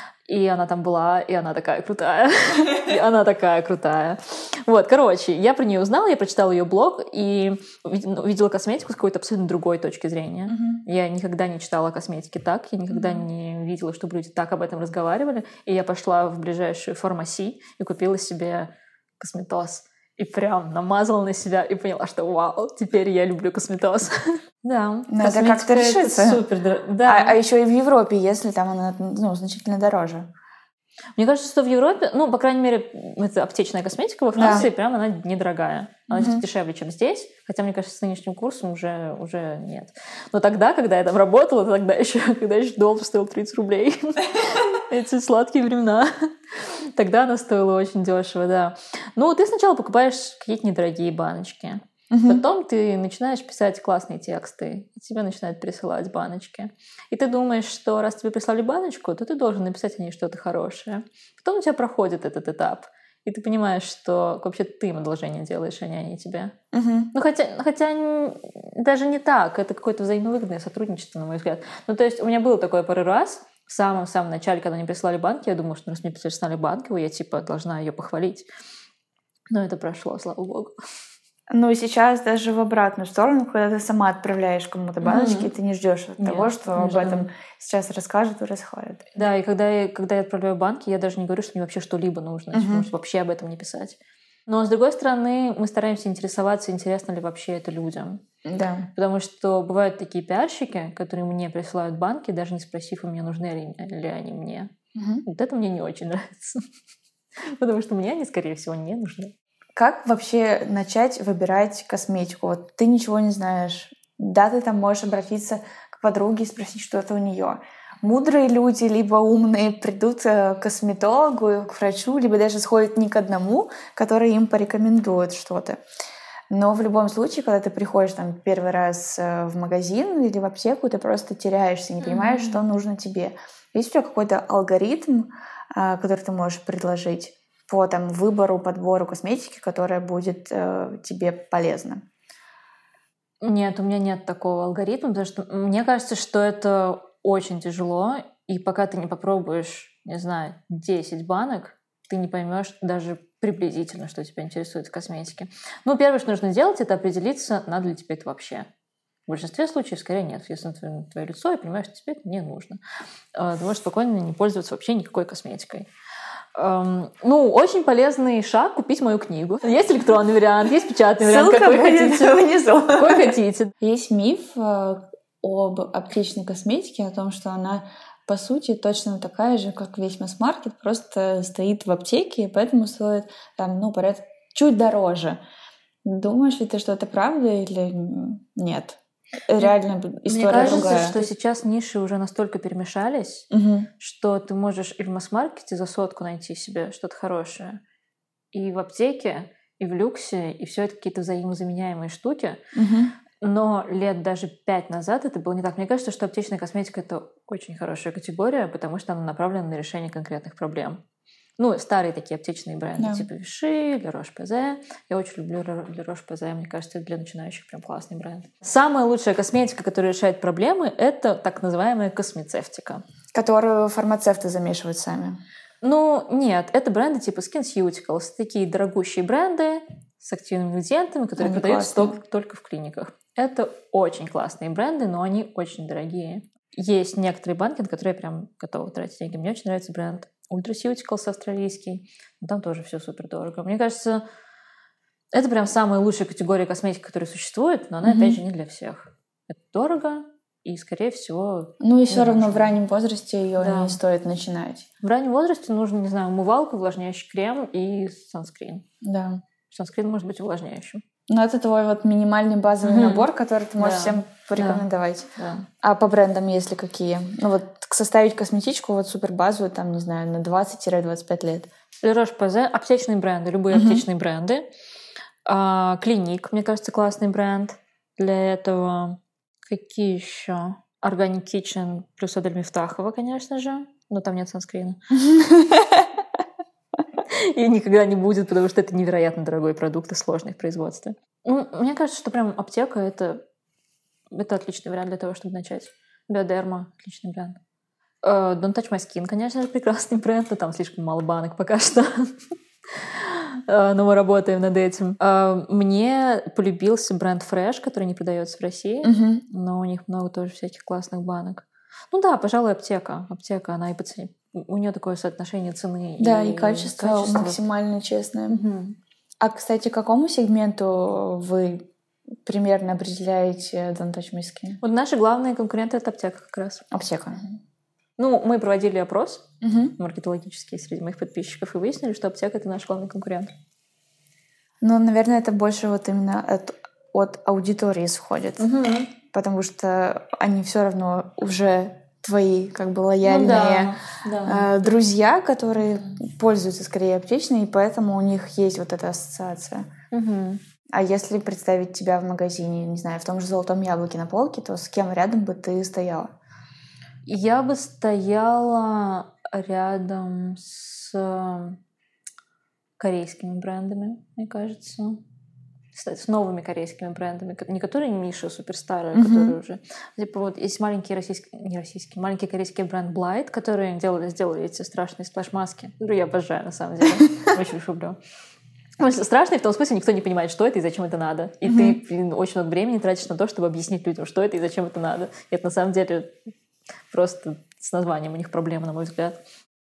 И она там была, и она такая крутая. И она такая крутая. Вот, короче, я про нее узнала, я прочитала ее блог и увидела косметику с какой-то абсолютно другой точки зрения. Uh-huh. Я никогда не читала о косметике так, я никогда uh-huh. не видела, чтобы люди так об этом разговаривали. И я пошла в ближайшую фармаси и купила себе косметоз. И прям намазала на себя и поняла, что вау, теперь я люблю косметоз. Да, надо как-то решиться. Супер, да. А, а еще и в Европе, если там она ну, значительно дороже. Мне кажется, что в Европе, ну, по крайней мере, это аптечная косметика во Франции, да. Прям она недорогая. Она mm-hmm. дешевле, чем здесь. Хотя, мне кажется, с нынешним курсом уже, уже нет. Но тогда, когда я там работала, тогда еще, когда еще доллар стоил тридцать рублей. Эти сладкие времена. Тогда она стоила очень дешево, да. Ну, ты сначала покупаешь какие-то недорогие баночки. Uh-huh. Потом ты начинаешь писать классные тексты, и тебе начинают присылать баночки. И ты думаешь, что раз тебе прислали баночку, то ты должен написать о ней что-то хорошее. Потом у тебя проходит этот этап, и ты понимаешь, что вообще ты им одолжение делаешь, а не они тебе. Uh-huh. Ну, хотя, хотя даже не так. Это какое-то взаимовыгодное сотрудничество, на мой взгляд. Ну, то есть у меня было такое пару раз. В самом-самом начале, когда они прислали банки, я думала, что раз мне прислали банку, я типа должна ее похвалить. Но это прошло, слава богу. Ну и сейчас даже в обратную сторону, когда ты сама отправляешь кому-то баночки, mm-hmm. ты не ждешь от Нет, того, что об этом сейчас расскажут и расхвалят. Да, и когда я, когда я отправляю банки, я даже не говорю, что мне вообще что-либо нужно, mm-hmm. потому что вообще об этом не писать. Но, с другой стороны, мы стараемся интересоваться, интересно ли вообще это людям. Да. Потому что бывают такие пиарщики, которые мне присылают банки, даже не спросив у меня, нужны ли, ли они мне. Mm-hmm. Вот это мне не очень нравится. Потому что мне они, скорее всего, не нужны. Как вообще начать выбирать косметику? Вот ты ничего не знаешь. Да, ты там можешь обратиться к подруге и спросить что-то у нее. Мудрые люди, либо умные, придут к косметологу, к врачу, либо даже сходят не к одному, который им порекомендует что-то. Но в любом случае, когда ты приходишь там первый раз в магазин или в аптеку, ты просто теряешься, не понимаешь, mm-hmm. что нужно тебе. Есть у тебя какой-то алгоритм, который ты можешь предложить по там, выбору, подбору косметики, которая будет э, тебе полезна? Нет, у меня нет такого алгоритма, потому что мне кажется, что это очень тяжело, и пока ты не попробуешь, не знаю, десять банок, ты не поймешь даже приблизительно, что тебя интересует в косметике. Ну, первое, что нужно делать, это определиться, надо ли тебе это вообще. В большинстве случаев, скорее, нет. Если на твое, на твое лицо, и понимаешь, что тебе это не нужно. Ты можешь спокойно не пользоваться вообще никакой косметикой. Um, ну, очень полезный шаг — купить мою книгу. Есть электронный вариант, есть печатный вариант. Ссылка какой будет хотите. внизу. Какой хотите. Есть миф э, об аптечной косметике, о том, что она, по сути, точно такая же, как весь масс-маркет, просто стоит в аптеке, и поэтому стоит там, ну, порядка чуть дороже. Думаешь ли ты, что это правда или нет? Реально история Мне кажется, другая. что сейчас ниши уже настолько перемешались, Угу. что ты можешь и в масс-маркете за сотку найти себе что-то хорошее, и в аптеке, и в люксе, и все это какие-то взаимозаменяемые штуки. Угу. Но лет даже пять назад это было не так. Мне кажется, что аптечная косметика — это очень хорошая категория, потому что она направлена на решение конкретных проблем. Ну, старые такие аптечные бренды, Да. типа Виши, Ля Рош-Посay. Я очень люблю Ля Рош-Посay, мне кажется, это для начинающих прям классный бренд. Самая лучшая косметика, которая решает проблемы, это так называемая космецевтика. Которую фармацевты замешивают сами. Ну, нет, это бренды типа SkinCeuticals, такие дорогущие бренды с активными ингредиентами, которые Они продаются классные. только, только в клиниках. Это очень классные бренды, но они очень дорогие. Есть некоторые банки, на которые я прям готова тратить деньги. Мне очень нравится бренд Ultraceuticals австралийский, но там тоже все супер дорого. Мне кажется, это прям самая лучшая категория косметики, которая существует, но она, Мгм. опять же, не для всех. Это дорого, и, скорее всего... Ну и все не равно нужно. в раннем возрасте ее Да. не стоит начинать. В раннем возрасте нужно, не знаю, умывалку, увлажняющий крем и санскрин. Да. Санскрин может быть увлажняющим. Но это твой вот минимальный базовый Мгм. набор, который ты можешь Да. всем порекомендовать. Да. А по брендам есть ли какие? Ну вот составить косметичку вот супер базовую, там, не знаю, на двадцать-двадцать пять лет. Ля Рош-Посay, аптечные бренды, любые Мгм. аптечные бренды. А, Клиник, мне кажется, классный бренд для этого. Какие еще? Organic Kitchen плюс Адель Мифтахова, конечно же. Но там нет санскрина. И никогда не будет, потому что это невероятно дорогой продукт и сложный в производстве. Ну, мне кажется, что прям аптека — это, это отличный вариант для того, чтобы начать. Биодерма — отличный бренд. Э, Don't Touch My Skin, конечно же, прекрасный бренд, но там слишком мало банок пока что. Э, Но мы работаем над этим. Э, Мне полюбился бренд Fresh, который не продается в России, Мгм. но у них много тоже всяких классных банок. Ну да, пожалуй, аптека. Аптека, она и по цене. У нее такое соотношение цены Да, и, и качество, качества. максимально честное. Мгм. А, кстати, к какому сегменту вы примерно определяете Don't Touch My Skin? Вот наши главные конкуренты — это аптека как раз. Аптека. Ну, мы проводили опрос Мгм. маркетологический среди моих подписчиков и выяснили, что аптека — это наш главный конкурент. Ну, наверное, это больше вот именно от, от аудитории исходит. Потому что они все равно уже твои как бы лояльные Ну, да, да. э, друзья, которые пользуются скорее аптечной, и поэтому у них есть вот эта ассоциация. Мгм. А если представить тебя в магазине, не знаю, в том же «Золотом яблоке» на полке, то с кем рядом бы ты стояла? Я бы стояла рядом с э, корейскими брендами, мне кажется. С, с новыми корейскими брендами, ко- не которые ниши суперстарые, Мгм. которые уже... Типа вот есть маленький российский... Не российский, маленький корейский бренд Blight, которые делали, сделали эти страшные сплэш-маски, которые я обожаю, на самом деле. Очень люблю. Ну, страшный в том смысле, никто не понимает, что это и зачем это надо. И Мгм. ты блин, очень много времени тратишь на то, чтобы объяснить людям, что это и зачем это надо. И это на самом деле просто с названием у них проблема, на мой взгляд.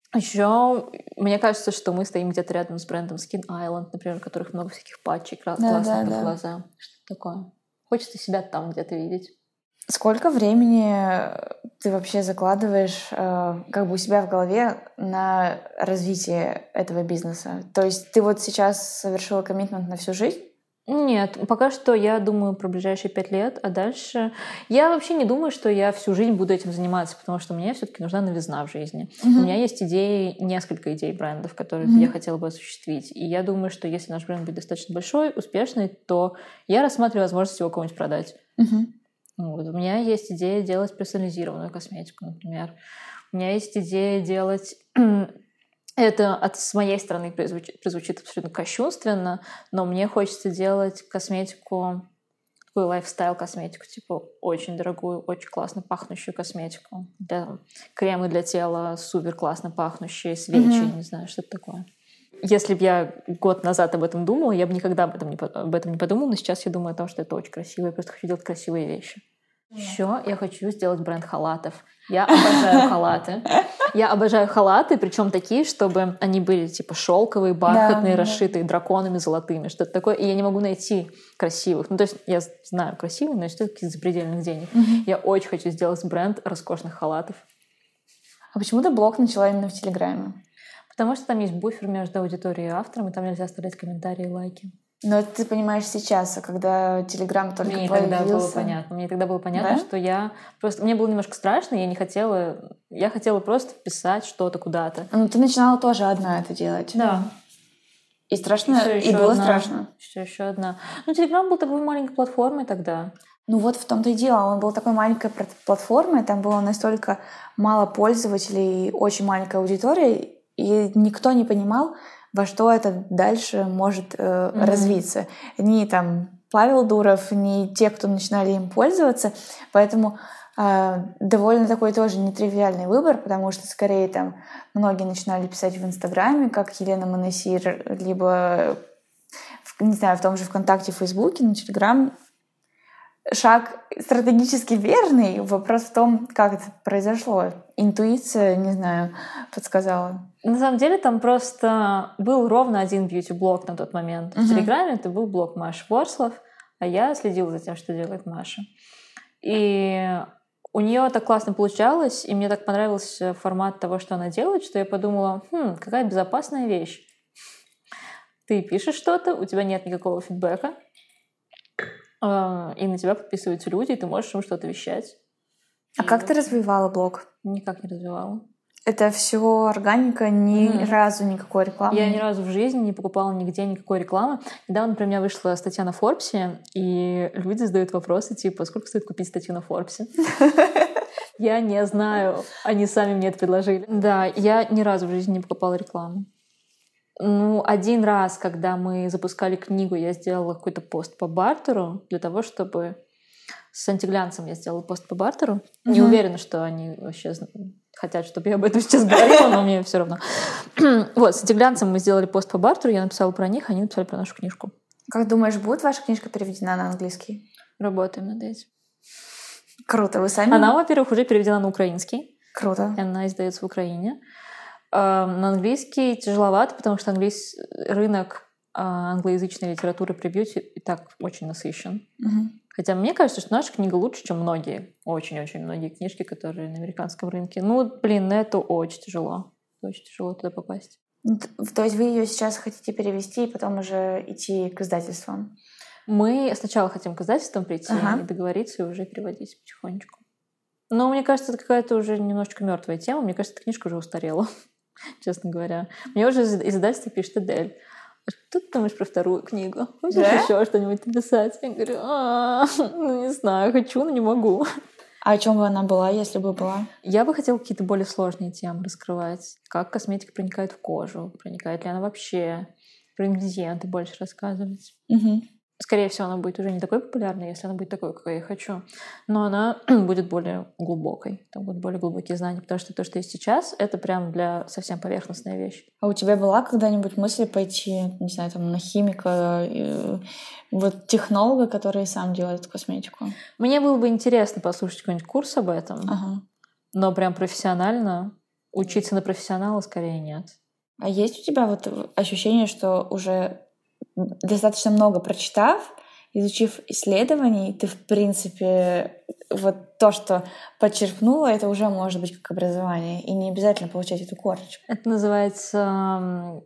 Еще мне кажется, что мы стоим где-то рядом с брендом Skin Island, например, у которых много всяких патчей кра- Да, классных да, под да. глаза. Что такое? Хочется себя там где-то видеть. Сколько времени ты вообще закладываешь э, как бы у себя в голове на развитие этого бизнеса? То есть ты вот сейчас совершила коммитмент на всю жизнь? Нет, пока что я думаю про ближайшие пять лет, а дальше... Я вообще не думаю, что я всю жизнь буду этим заниматься, потому что мне все-таки нужна новизна в жизни. Мгм. У меня есть идеи, несколько идей брендов, которые Мгм. я хотела бы осуществить. И я думаю, что если наш бренд будет достаточно большой, успешный, то я рассматриваю возможность его кому-нибудь продать. Мгм. Вот. У меня есть идея делать персонализированную косметику, например. У меня есть идея делать... Это от, с моей стороны прозвучит, прозвучит абсолютно кощунственно, но мне хочется делать косметику, такую лайфстайл-косметику, типа очень дорогую, очень классно пахнущую косметику. Для, кремы для тела супер классно пахнущие, свечи, Мгм. не знаю, что-то такое. Если бы я год назад об этом думала, я бы никогда об этом не, по- об этом не подумала, но сейчас я думаю о том, что это очень красиво, я просто хочу делать красивые вещи. Еще я хочу сделать бренд халатов. Я обожаю халаты. Я обожаю халаты, причем такие, чтобы они были типа шелковые, бархатные, Да, да. расшитые драконами золотыми, что-то такое. И я не могу найти красивых. Ну, то есть я знаю красивые, но стоят каких-то запредельных денег. Мгм. Я очень хочу сделать бренд роскошных халатов. А почему ты блог начала именно в Телеграме? Потому что там есть буфер между аудиторией и автором, и там нельзя оставлять комментарии и лайки. Но это ты понимаешь сейчас, а когда Телеграм только мне появился... Мне тогда было понятно. Мне тогда было понятно, да? что я... Просто мне было немножко страшно, я не хотела... Я хотела просто писать что-то куда-то. Ну, ты начинала тоже одна это делать. Да. И страшно, и, и было одна. страшно. Все еще одна. Ну, Телеграм был такой маленькой платформой тогда. Ну вот в том-то и дело. Он был такой маленькой платформой, там было настолько мало пользователей, очень маленькая аудитория, и никто не понимал, во что это дальше может э, mm-hmm. развиться. Ни там Павел Дуров, ни те, кто начинали им пользоваться. Поэтому э, довольно такой тоже нетривиальный выбор, потому что скорее там многие начинали писать в Инстаграме, как Елена Монасир, либо, в, не знаю, в том же ВКонтакте, Фейсбуке, но Телеграм шаг стратегически верный. Вопрос в том, как это произошло. Интуиция, не знаю, подсказала. На самом деле там просто был ровно один бьюти-блог на тот момент. Uh-huh. В Телеграме это был блог Маши Ворслов, а я следила за тем, что делает Маша. И у нее так классно получалось, и мне так понравился формат того, что она делает, что я подумала, хм, какая безопасная вещь. Ты пишешь что-то, у тебя нет никакого фидбэка, и на тебя подписываются люди, и ты можешь им что-то вещать. А и как ты развивала блог? Никак не развивала. Это все органика, ни mm-hmm. разу никакой рекламы? Я ни разу в жизни не покупала нигде никакой рекламы. Недавно про меня вышла статья на Форбсе, и люди задают вопросы типа, сколько стоит купить статью на Форбсе? Я не знаю, они сами мне это предложили. Да, я ни разу в жизни не покупала рекламу. Ну, один раз, когда мы запускали книгу, я сделала какой-то пост по бартеру для того, чтобы... С антиглянцем я сделала пост по бартеру. Mm-hmm. Не уверена, что они вообще хотят, чтобы я об этом сейчас говорила, но мне все равно. Вот, с антиглянцем мы сделали пост по бартеру, я написала про них, они написали про нашу книжку. Как думаешь, будет ваша книжка переведена на английский? Работаем над этим. Круто, вы сами? Она, во-первых, уже переведена на украинский. Круто. Она издается в Украине. На английский тяжеловато, потому что английс... рынок англоязычной литературы при бьюти и так очень насыщен. Угу. Хотя мне кажется, что наша книга лучше, чем многие, очень-очень многие книжки, которые на американском рынке. Ну, блин, это очень тяжело. Очень тяжело туда попасть. То есть вы ее сейчас хотите перевести и потом уже идти к издательствам? Мы сначала хотим к издательствам прийти ага. и договориться, и уже переводить потихонечку. Но мне кажется, это какая-то уже немножечко мертвая тема. Мне кажется, эта книжка уже устарела, честно говоря. Мне уже издательство пишет Эдель. А что ты думаешь про вторую книгу? Хочешь да? еще что-нибудь написать? Я говорю, а, ну не знаю, хочу, но не могу. А о чем бы она была, если бы была? Я бы хотела какие-то более сложные темы раскрывать. Как косметика проникает в кожу, проникает ли она вообще, про ингредиенты больше рассказывать. Угу. Скорее всего, она будет уже не такой популярной, если она будет такой, какой я хочу. Но она будет более глубокой. Там будут более глубокие знания. Потому что то, что есть сейчас, это прям для совсем поверхностная вещь. А у тебя была когда-нибудь мысль пойти, не знаю, там, на химика, э, вот технолога, который сам делает косметику? Мне было бы интересно послушать какой-нибудь курс об этом. Ага. Но прям профессионально учиться на профессионала скорее нет. А есть у тебя вот ощущение, что уже... достаточно много прочитав, изучив исследований, ты, в принципе, вот то, что подчеркнула, это уже может быть как образование, и не обязательно получать эту корочку. Это называется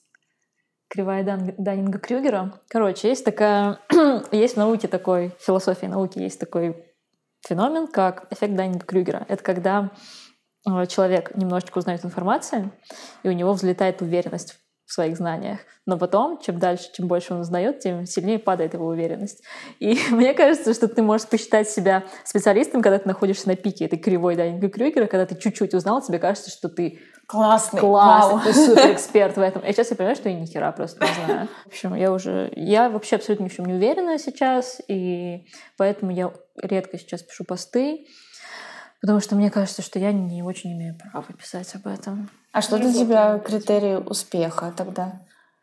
кривая Даннинга-Крюгера. Короче, есть такая... есть в науке такой, в философии науки есть такой феномен, как эффект Даннинга-Крюгера. Это когда человек немножечко узнает информацию, и у него взлетает уверенность в своих знаниях. Но потом, чем дальше, чем больше он узнает, тем сильнее падает его уверенность. И мне кажется, что ты можешь посчитать себя специалистом, когда ты находишься на пике этой кривой Даннинга-Крюгера, когда ты чуть-чуть узнал, тебе кажется, что ты классный, классный, ты суперэксперт в этом. И сейчас я понимаю, что я ни хера просто не знаю. В общем, я уже... Я вообще абсолютно ни в чем не уверена сейчас, и поэтому я редко сейчас пишу посты, потому что мне кажется, что я не очень имею права писать об этом. А что для тебя критерий успеха тогда?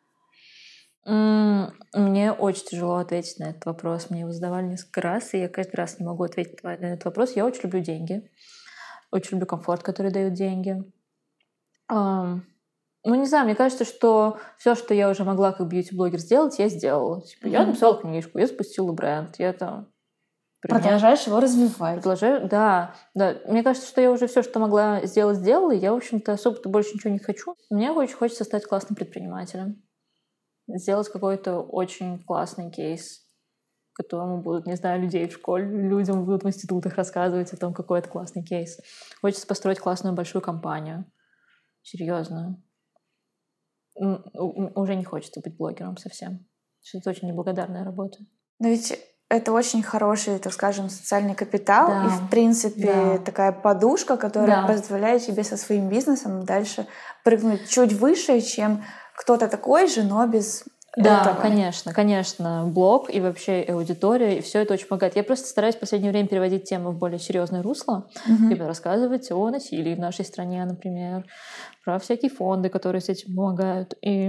Мне очень тяжело ответить на этот вопрос. Мне его задавали несколько раз, и я каждый раз не могу ответить на этот вопрос. Я очень люблю деньги. Очень люблю комфорт, который дают деньги. Ну, не знаю, мне кажется, что все, что я уже могла как бьюти-блогер сделать, я сделала. Типа, mm-hmm. Я написала книжку, я запустила бренд, я там... Продолжаешь его развивать. Продолжаю, да, да. Мне кажется, что я уже все, что могла сделать, сделала, и я, в общем-то, особо-то больше ничего не хочу. Мне очень хочется стать классным предпринимателем. сделать какой-то очень классный кейс, которому будут, не знаю, людей в школе, людям будут в институтах рассказывать о том, какой это классный кейс. Хочется построить классную большую компанию, серьезную. Уже не хочется быть блогером совсем. Это очень неблагодарная работа. Но ведь это очень хороший, так скажем, социальный капитал, да. и, в принципе, да. такая подушка, которая да. позволяет тебе со своим бизнесом дальше прыгнуть чуть выше, чем кто-то такой же, но без Да, этого. конечно, конечно. Блог и вообще аудитория, и все это очень помогает. Я просто стараюсь в последнее время переводить тему в более серьезное русло, Угу. либо рассказывать о насилии в нашей стране, например, про всякие фонды, которые с этим помогают. И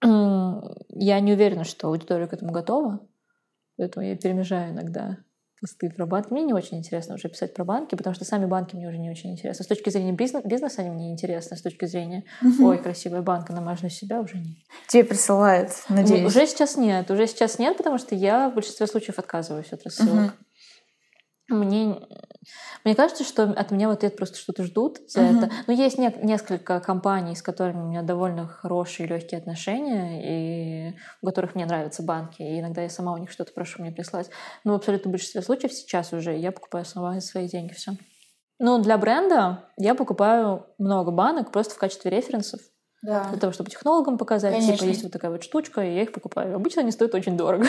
я не уверена, что аудитория к этому готова, поэтому я перемежаю иногда посты про банки. Мне не очень интересно уже писать про банки, потому что сами банки мне уже не очень интересны. С точки зрения бизнес, бизнеса они мне интересны, с точки зрения Угу. «Ой, красивая банка, намажу на себя» уже нет. Тебе присылают, надеюсь? Уже сейчас нет, уже сейчас нет, потому что я в большинстве случаев отказываюсь от рассылок. Угу. Мне, мне кажется, что от меня вот это просто что-то ждут за Угу. это. Но есть не, несколько компаний, с которыми у меня довольно хорошие легкие отношения, и у которых мне нравятся банки. И иногда я сама у них что-то прошу мне прислать. Но в абсолютном большинстве случаев сейчас уже я покупаю сама за свои деньги все. Но для бренда я покупаю много банок просто в качестве референсов. Да. Для того, чтобы технологам показать, Конечно. типа, есть вот такая вот штучка, и я их покупаю. Обычно они стоят очень дорого.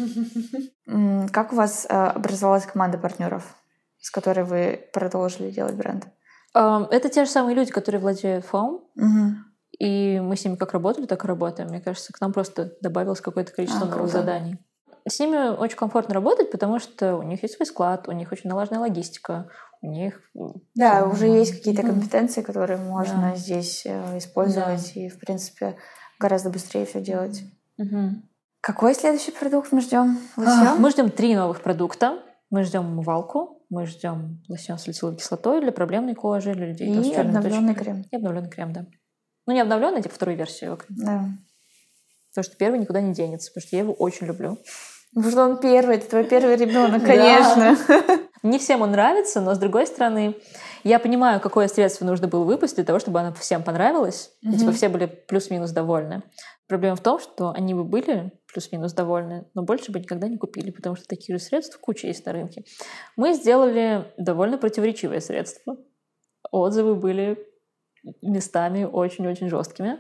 Как у вас образовалась команда партнеров, с которой вы продолжили делать бренд? Это те же самые люди, которые владеют Foam. Угу. И мы с ними как работали, так и работаем. Мне кажется, к нам просто добавилось какое-то количество а, новых круто. заданий. С ними очень комфортно работать, потому что у них есть свой склад, у них очень налаженная логистика, у них... Да, всё, уже ну, есть какие-то ну, компетенции, которые можно да. здесь использовать Да. и, в принципе, гораздо быстрее все делать. Угу. Какой следующий продукт мы ждем? Лосьон? Мы ждем три новых продукта. Мы ждем умывалку, мы ждем лосьон с салициловой кислотой для проблемной кожи, для людей И с черными обновленный точками. крем. И обновленный крем, да. Ну, не обновленный, типа вторую версию его. Да. Потому что первый никуда не денется, потому что я его очень люблю. Потому что он первый, это твой первый ребенок, конечно. Не всем он нравится, но, с другой стороны, я понимаю, какое средство нужно было выпустить для того, чтобы оно всем понравилось, и типа все были плюс-минус довольны. Проблема в том, что они бы были плюс-минус довольны, но больше бы никогда не купили, потому что таких же средств куча есть на рынке. Мы сделали довольно противоречивое средство. Отзывы были местами очень-очень жесткими.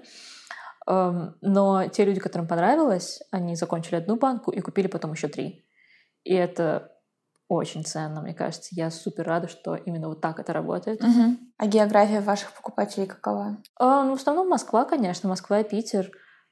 Но те люди, которым понравилось, они закончили одну банку и купили потом еще три. И это очень ценно, мне кажется. Я супер рада, что именно вот так это работает. Угу. А география ваших покупателей какова? А, ну, в основном Москва, конечно. Москва и Питер.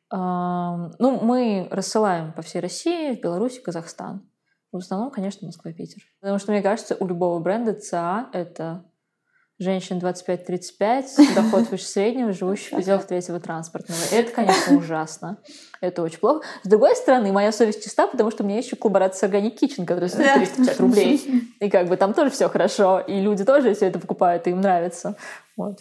А, ну, мы рассылаем по всей России, в Беларусь, Казахстан. В основном, конечно, Москва и Питер. Потому что, мне кажется, у любого бренда ЦА — это женщин двадцать пять тридцать пять, доход выше среднего, живущих в пределах третьего транспортного. Это, конечно, ужасно. Это очень плохо. С другой стороны, моя совесть чиста, потому что у меня есть еще коллаборация с Organic Kitchen, которая стоит триста пятьдесят рублей. И как бы там тоже все хорошо. И люди тоже все это покупают, и им нравится. Вот.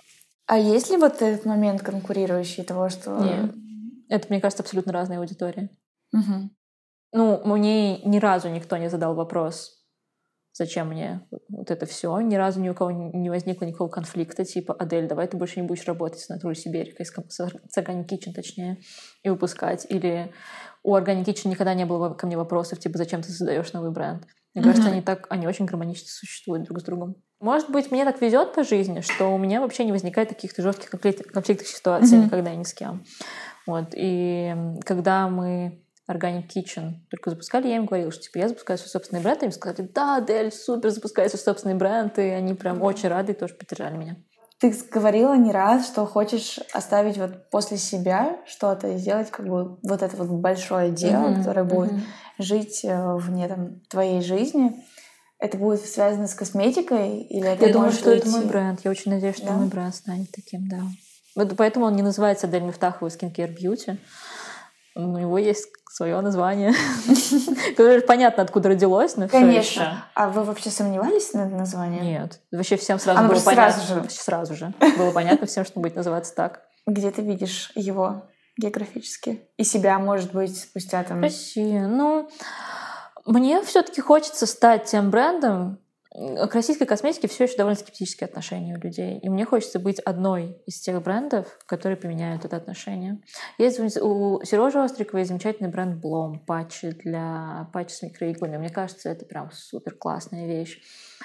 А есть ли вот этот момент конкурирующий того, что... Нет. Это, мне кажется, абсолютно разные аудитории. Угу. Ну, мне ни разу никто не задал вопрос, зачем мне вот это все. Ни разу ни у кого не возникло никакого конфликта, типа, Адель, давай ты больше не будешь работать с Натурой Сибирикой, с Organic Kitchen, точнее, и выпускать. Или у Organic Kitchen никогда не было ко мне вопросов, типа, зачем ты создаешь новый бренд. Мне mm-hmm. кажется, они так, они очень гармонично существуют друг с другом. Может быть, мне так везет по жизни, что у меня вообще не возникает каких-то жестких конфликтных ситуаций mm-hmm. никогда и ни с кем. Вот. И когда мы Organic Kitchen только запускали, я им говорила, что типа я запускаю свой собственный бренд, и им сказали, да, Адель, супер, запускай свой собственный бренд, и они прям очень рады и тоже поддержали меня. Ты говорила не раз, что хочешь оставить вот после себя что-то и сделать как бы вот это вот большое дело, mm-hmm. которое будет mm-hmm. жить вне там, твоей жизни. Это будет связано с косметикой? Или это я думаю, что идти... это мой бренд. Я очень надеюсь, что да? мой бренд станет таким, да. Вот поэтому он не называется Адель Мифтахова Skincare Beauty. У него есть свое название, которое понятно, откуда родилось, но все еще. Конечно. А вы вообще сомневались на название? Нет. Вообще всем сразу было понятно. Сразу же. Было понятно всем, что будет называться так. Где ты видишь его географически? И себя, может быть, спустя там... Россия. Ну, мне все-таки хочется стать тем брендом, к российской косметике все еще довольно скептические отношения у людей. И мне хочется быть одной из тех брендов, которые применяют это отношение. Есть у Сережи Острикова есть замечательный бренд Blom, патчи для патчи с микроиглами. Мне кажется, это прям супер классная вещь.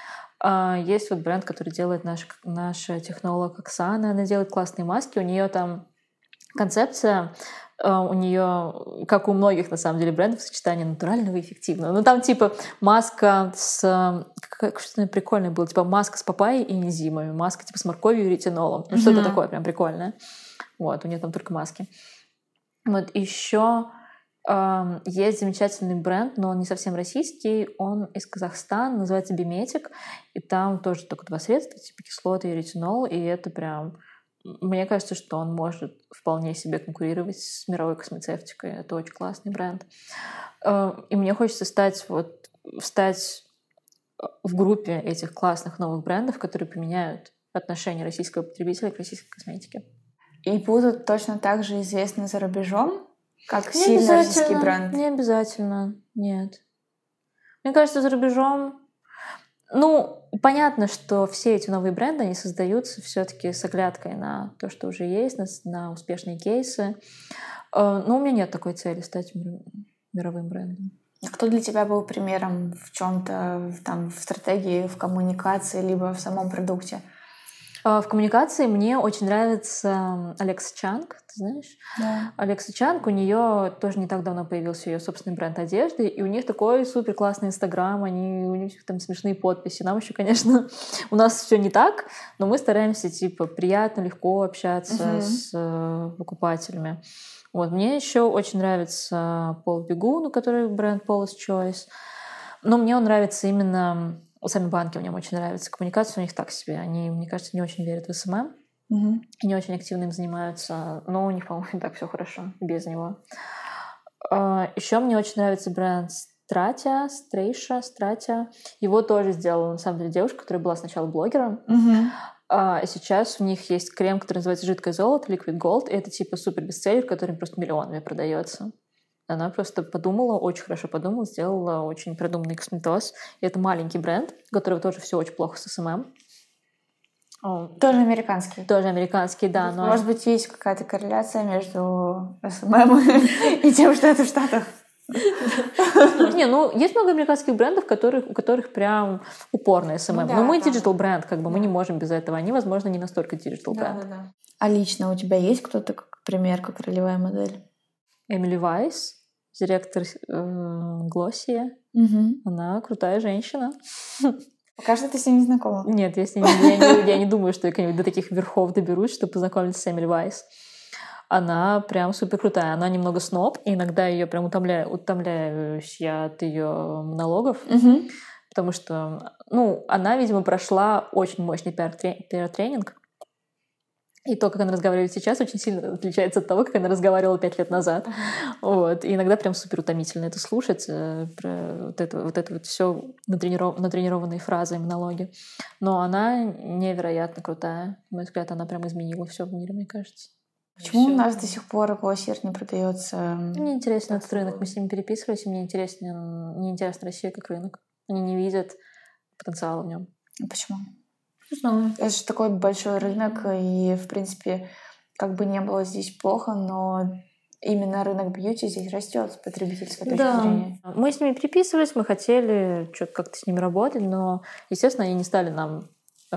Есть вот бренд, который делает наш, наша технолог Оксана. Она делает классные маски. У нее там концепция, у нее, как у многих, на самом деле, брендов, сочетание натурального и эффективного. Ну, там, типа, маска с... Что-то прикольное было. Типа, маска с папайей и энзимами. Маска, типа, с морковью и ретинолом. Ну, что-то mm-hmm. такое прям прикольное. Вот, у нее там только маски. Вот, еще э, есть замечательный бренд, но он не совсем российский. Он из Казахстана, называется Биметик. И там тоже только два средства, типа, кислоты и ретинол. И это прям... Мне кажется, что он может вполне себе конкурировать с мировой космецевтикой. Это очень классный бренд. И мне хочется стать, вот, стать в группе этих классных новых брендов, которые применяют отношение российского потребителя к российской косметике. И будут точно так же известны за рубежом, как не сильно российский бренд? Не обязательно, нет. Мне кажется, за рубежом... Ну, понятно, что все эти новые бренды, они создаются все-таки с оглядкой на то, что уже есть, на, на успешные кейсы. Но у меня нет такой цели стать мировым брендом. Кто для тебя был примером в чем-то, там, в стратегии, в коммуникации, либо в самом продукте? В коммуникации мне очень нравится Алекса Чанг, ты знаешь? Да. Алекса Чанг, у нее тоже не так давно появился ее собственный бренд одежды, и у них такой супер классный инстаграм, они, у них там смешные подписи. Нам еще, конечно, у нас все не так, но мы стараемся типа приятно, легко общаться uh-huh. с э, покупателями. Вот. Мне еще очень нравится Пол Бегун, у которой бренд Paula's Choice, но мне он нравится именно... Сами банки мне очень нравятся. Коммуникация у них так себе. Они, мне кажется, не очень верят в эс эм эм. Mm-hmm. И не очень активно им занимаются. Но у них, по-моему, и так все хорошо без него. Еще мне очень нравится бренд Stratia, Stratia, Stratia. Его тоже сделала, на самом деле, девушка, которая была сначала блогером. Mm-hmm. А сейчас у них есть крем, который называется «Жидкое золото», Liquid Gold. И это типа супер бестселлер, который просто миллионами продается. Она просто подумала, очень хорошо подумала, сделала очень продуманный косметоз. И это маленький бренд, у которого тоже все очень плохо с эс эм эм. Тоже американский? Тоже американский, да. Но... Может быть, есть какая-то корреляция между эс эм эм и тем, что это в Штатах? Не, ну, есть много американских брендов, которых, у которых прям упорный эс эм эм. Но мы диджитал бренд, как бы, мы не можем без этого. Они, возможно, не настолько диджитал бренд. А лично у тебя есть кто-то, как пример, как ролевая модель? Эмили Вайс, директор Glossier. Угу. Она крутая женщина. Пока что ты с ней не знакома. Нет, я, с ней, я, не, я не думаю, что я когда-нибудь до таких верхов доберусь, чтобы познакомиться с Эмили Вайс. Она прям супер крутая. Она немного сноб, и иногда ее прям утомляю, утомляюсь я от ее монологов, угу. потому что, ну, она, видимо, прошла очень мощный пиар-тренинг. И то, как она разговаривает сейчас, очень сильно отличается от того, как она разговаривала пять лет назад. Uh-huh. Вот. И иногда прям супер утомительно это слушать, про вот это вот, это вот все натрениров... натренированные фразы и монологи. Но она невероятно крутая. На мой взгляд, она прям изменила все в мире, мне кажется. Почему у нас до сих пор Glossier не продается? Мне интересен этот рынок. Мы с ними переписывались, и мне интересно, мне интересна Россия как рынок. Они не видят потенциала в нем. Почему? Это же такой большой рынок, и, в принципе, как бы не было здесь плохо, но именно рынок бьюти здесь растет с потребительской точки да. зрения. Мы с ними переписывались, мы хотели что-то как-то с ними работать, но, естественно, они не стали нам э,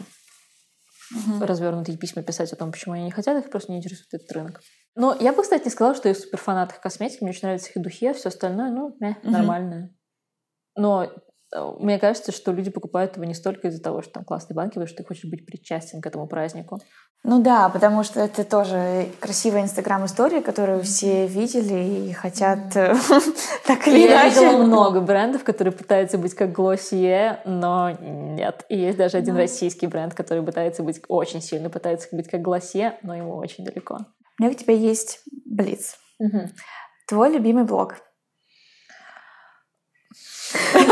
угу. развернутые письма писать о том, почему они не хотят, их просто не интересует этот рынок. Но я бы, кстати, не сказала, что я суперфанат их косметики, мне очень нравятся их духи, а все остальное, ну, э, угу. нормальное. Но мне кажется, что люди покупают его не столько из-за того, что там классные банки, потому что ты хочешь быть причастен к этому празднику. Ну да, потому что это тоже красивая инстаграм-история, которую все видели и хотят так или иначе. Я видела много брендов, которые пытаются быть как Glossier, но нет. И есть даже один российский бренд, который пытается быть очень сильно, пытается быть как Glossier, но ему очень далеко. У меня у тебя есть блиц. Твой любимый блог?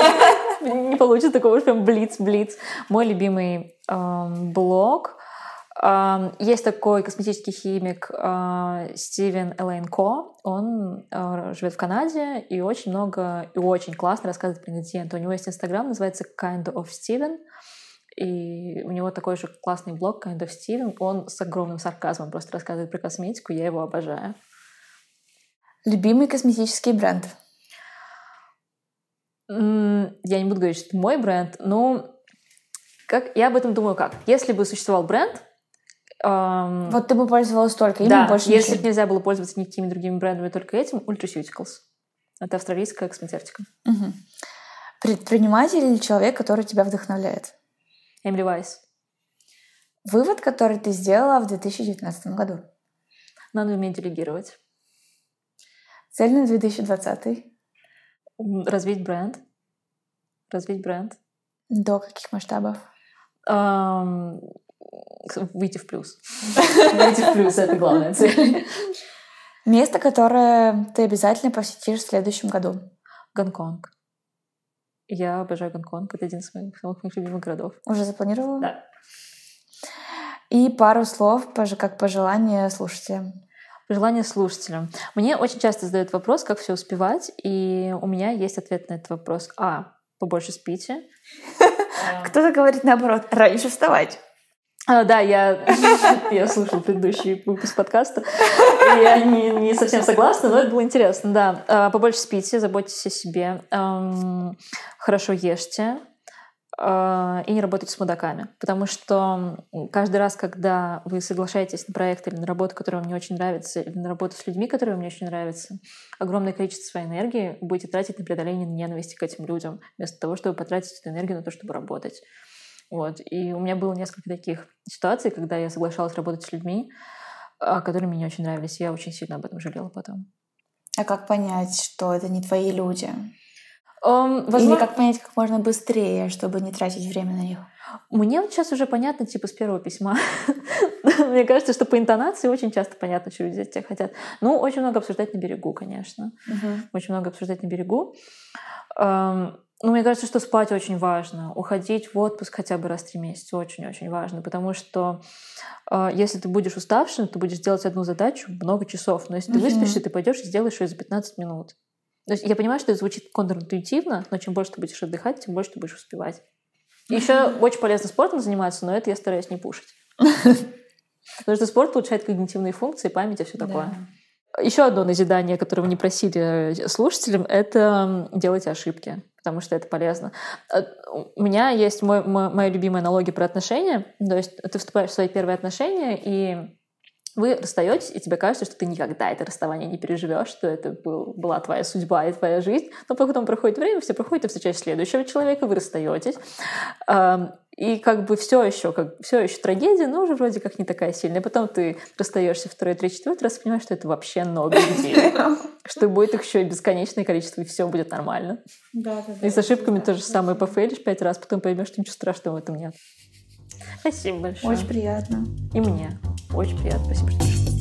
Не получится такого уж прям блиц-блиц. Мой любимый э, блог Есть такой косметический химик Стивен Элейн Ко. Он живет в Канаде и очень много и очень классно рассказывает про ингредиенты. У него есть Инстаграм, называется Kind of Steven. И у него такой же классный блог Kind of Steven. Он с огромным сарказмом просто рассказывает про косметику. Я его обожаю. Любимый косметический бренд? Я не буду говорить, что это мой бренд, но как, я об этом думаю как. Если бы существовал бренд... Эм, вот ты бы пользовалась только им, да, больше если ничем. бы нельзя было пользоваться никакими другими брендами, только этим, Ultraceuticals. Это австралийская косметика. Угу. Предприниматель или человек, который тебя вдохновляет? Эмили Вайс. Вывод, который ты сделала в две тысячи девятнадцатом году? Надо уметь делегировать. Цель на две тысячи двадцатый? Развить бренд. Развить бренд. До каких масштабов? Um, выйти в плюс. Выйти в плюс — это главная цель. Место, которое ты обязательно посетишь в следующем году? Гонконг. Я обожаю Гонконг. Это один из моих самых моих любимых городов. Уже запланировала? Да. И пару слов как пожелание слушателям. Пожелание слушателям. Мне очень часто задают вопрос, как все успевать, и у меня есть ответ на этот вопрос. А. Побольше спите. Кто-то говорит наоборот, раньше вставать. А, да, я, я слушала предыдущий выпуск подкаста, и я не, не совсем согласна, но это было интересно, да. Побольше спите, заботьтесь о себе, хорошо ешьте и не работайте с мудаками, потому что каждый раз, когда вы соглашаетесь на проект или на работу, которая вам не очень нравится, или на работу с людьми, которые вам не очень нравятся, огромное количество своей энергии вы будете тратить на преодоление ненависти к этим людям, вместо того, чтобы потратить эту энергию на то, чтобы работать. Вот. И у меня было несколько таких ситуаций, когда я соглашалась работать с людьми, которые мне не очень нравились, и я очень сильно об этом жалела потом. А как понять, что это не твои люди? Um, возможно... Или как понять как можно быстрее, чтобы не тратить время на них? Мне вот сейчас уже понятно, типа, с первого письма. Мне кажется, что по интонации очень часто понятно, что люди от тебя хотят. Ну, очень много обсуждать на берегу, конечно. Uh-huh. Очень много обсуждать на берегу. Um, ну, мне кажется, что спать очень важно. Уходить в отпуск хотя бы раз в три месяца очень-очень важно, потому что uh, если ты будешь уставшим, ты будешь делать одну задачу много часов. Но если uh-huh. ты выспишься, ты пойдешь и сделаешь ее за пятнадцать минут. То есть я понимаю, что это звучит контринтуитивно, но чем больше ты будешь отдыхать, тем больше ты будешь успевать. И еще очень полезно спортом заниматься, но это я стараюсь не пушить. Потому что спорт улучшает когнитивные функции, память и все такое. Да. Еще одно назидание, которое вы не просили слушателям, это делайте ошибки, потому что это полезно. У меня есть мой, мой, моя любимая аналогия про отношения. То есть ты вступаешь в свои первые отношения, и вы расстаетесь, и тебе кажется, что ты никогда это расставание не переживешь, что это был, была твоя судьба и твоя жизнь. Но потом проходит время, все проходит, ты встречаешь следующего человека, вы расстаетесь. И как бы все еще, как, все еще трагедия, но уже вроде как не такая сильная. Потом ты расстаешься второй, третий, четвертый раз и понимаешь, что это вообще no big deal. Что будет их еще и бесконечное количество, и все будет нормально. Да, да, да. И с ошибками то же самое. Пофейлишь пять раз, потом поймешь, что ничего страшного в этом нет. Спасибо большое. Очень приятно. И мне. Очень приятно. Спасибо, что пришли.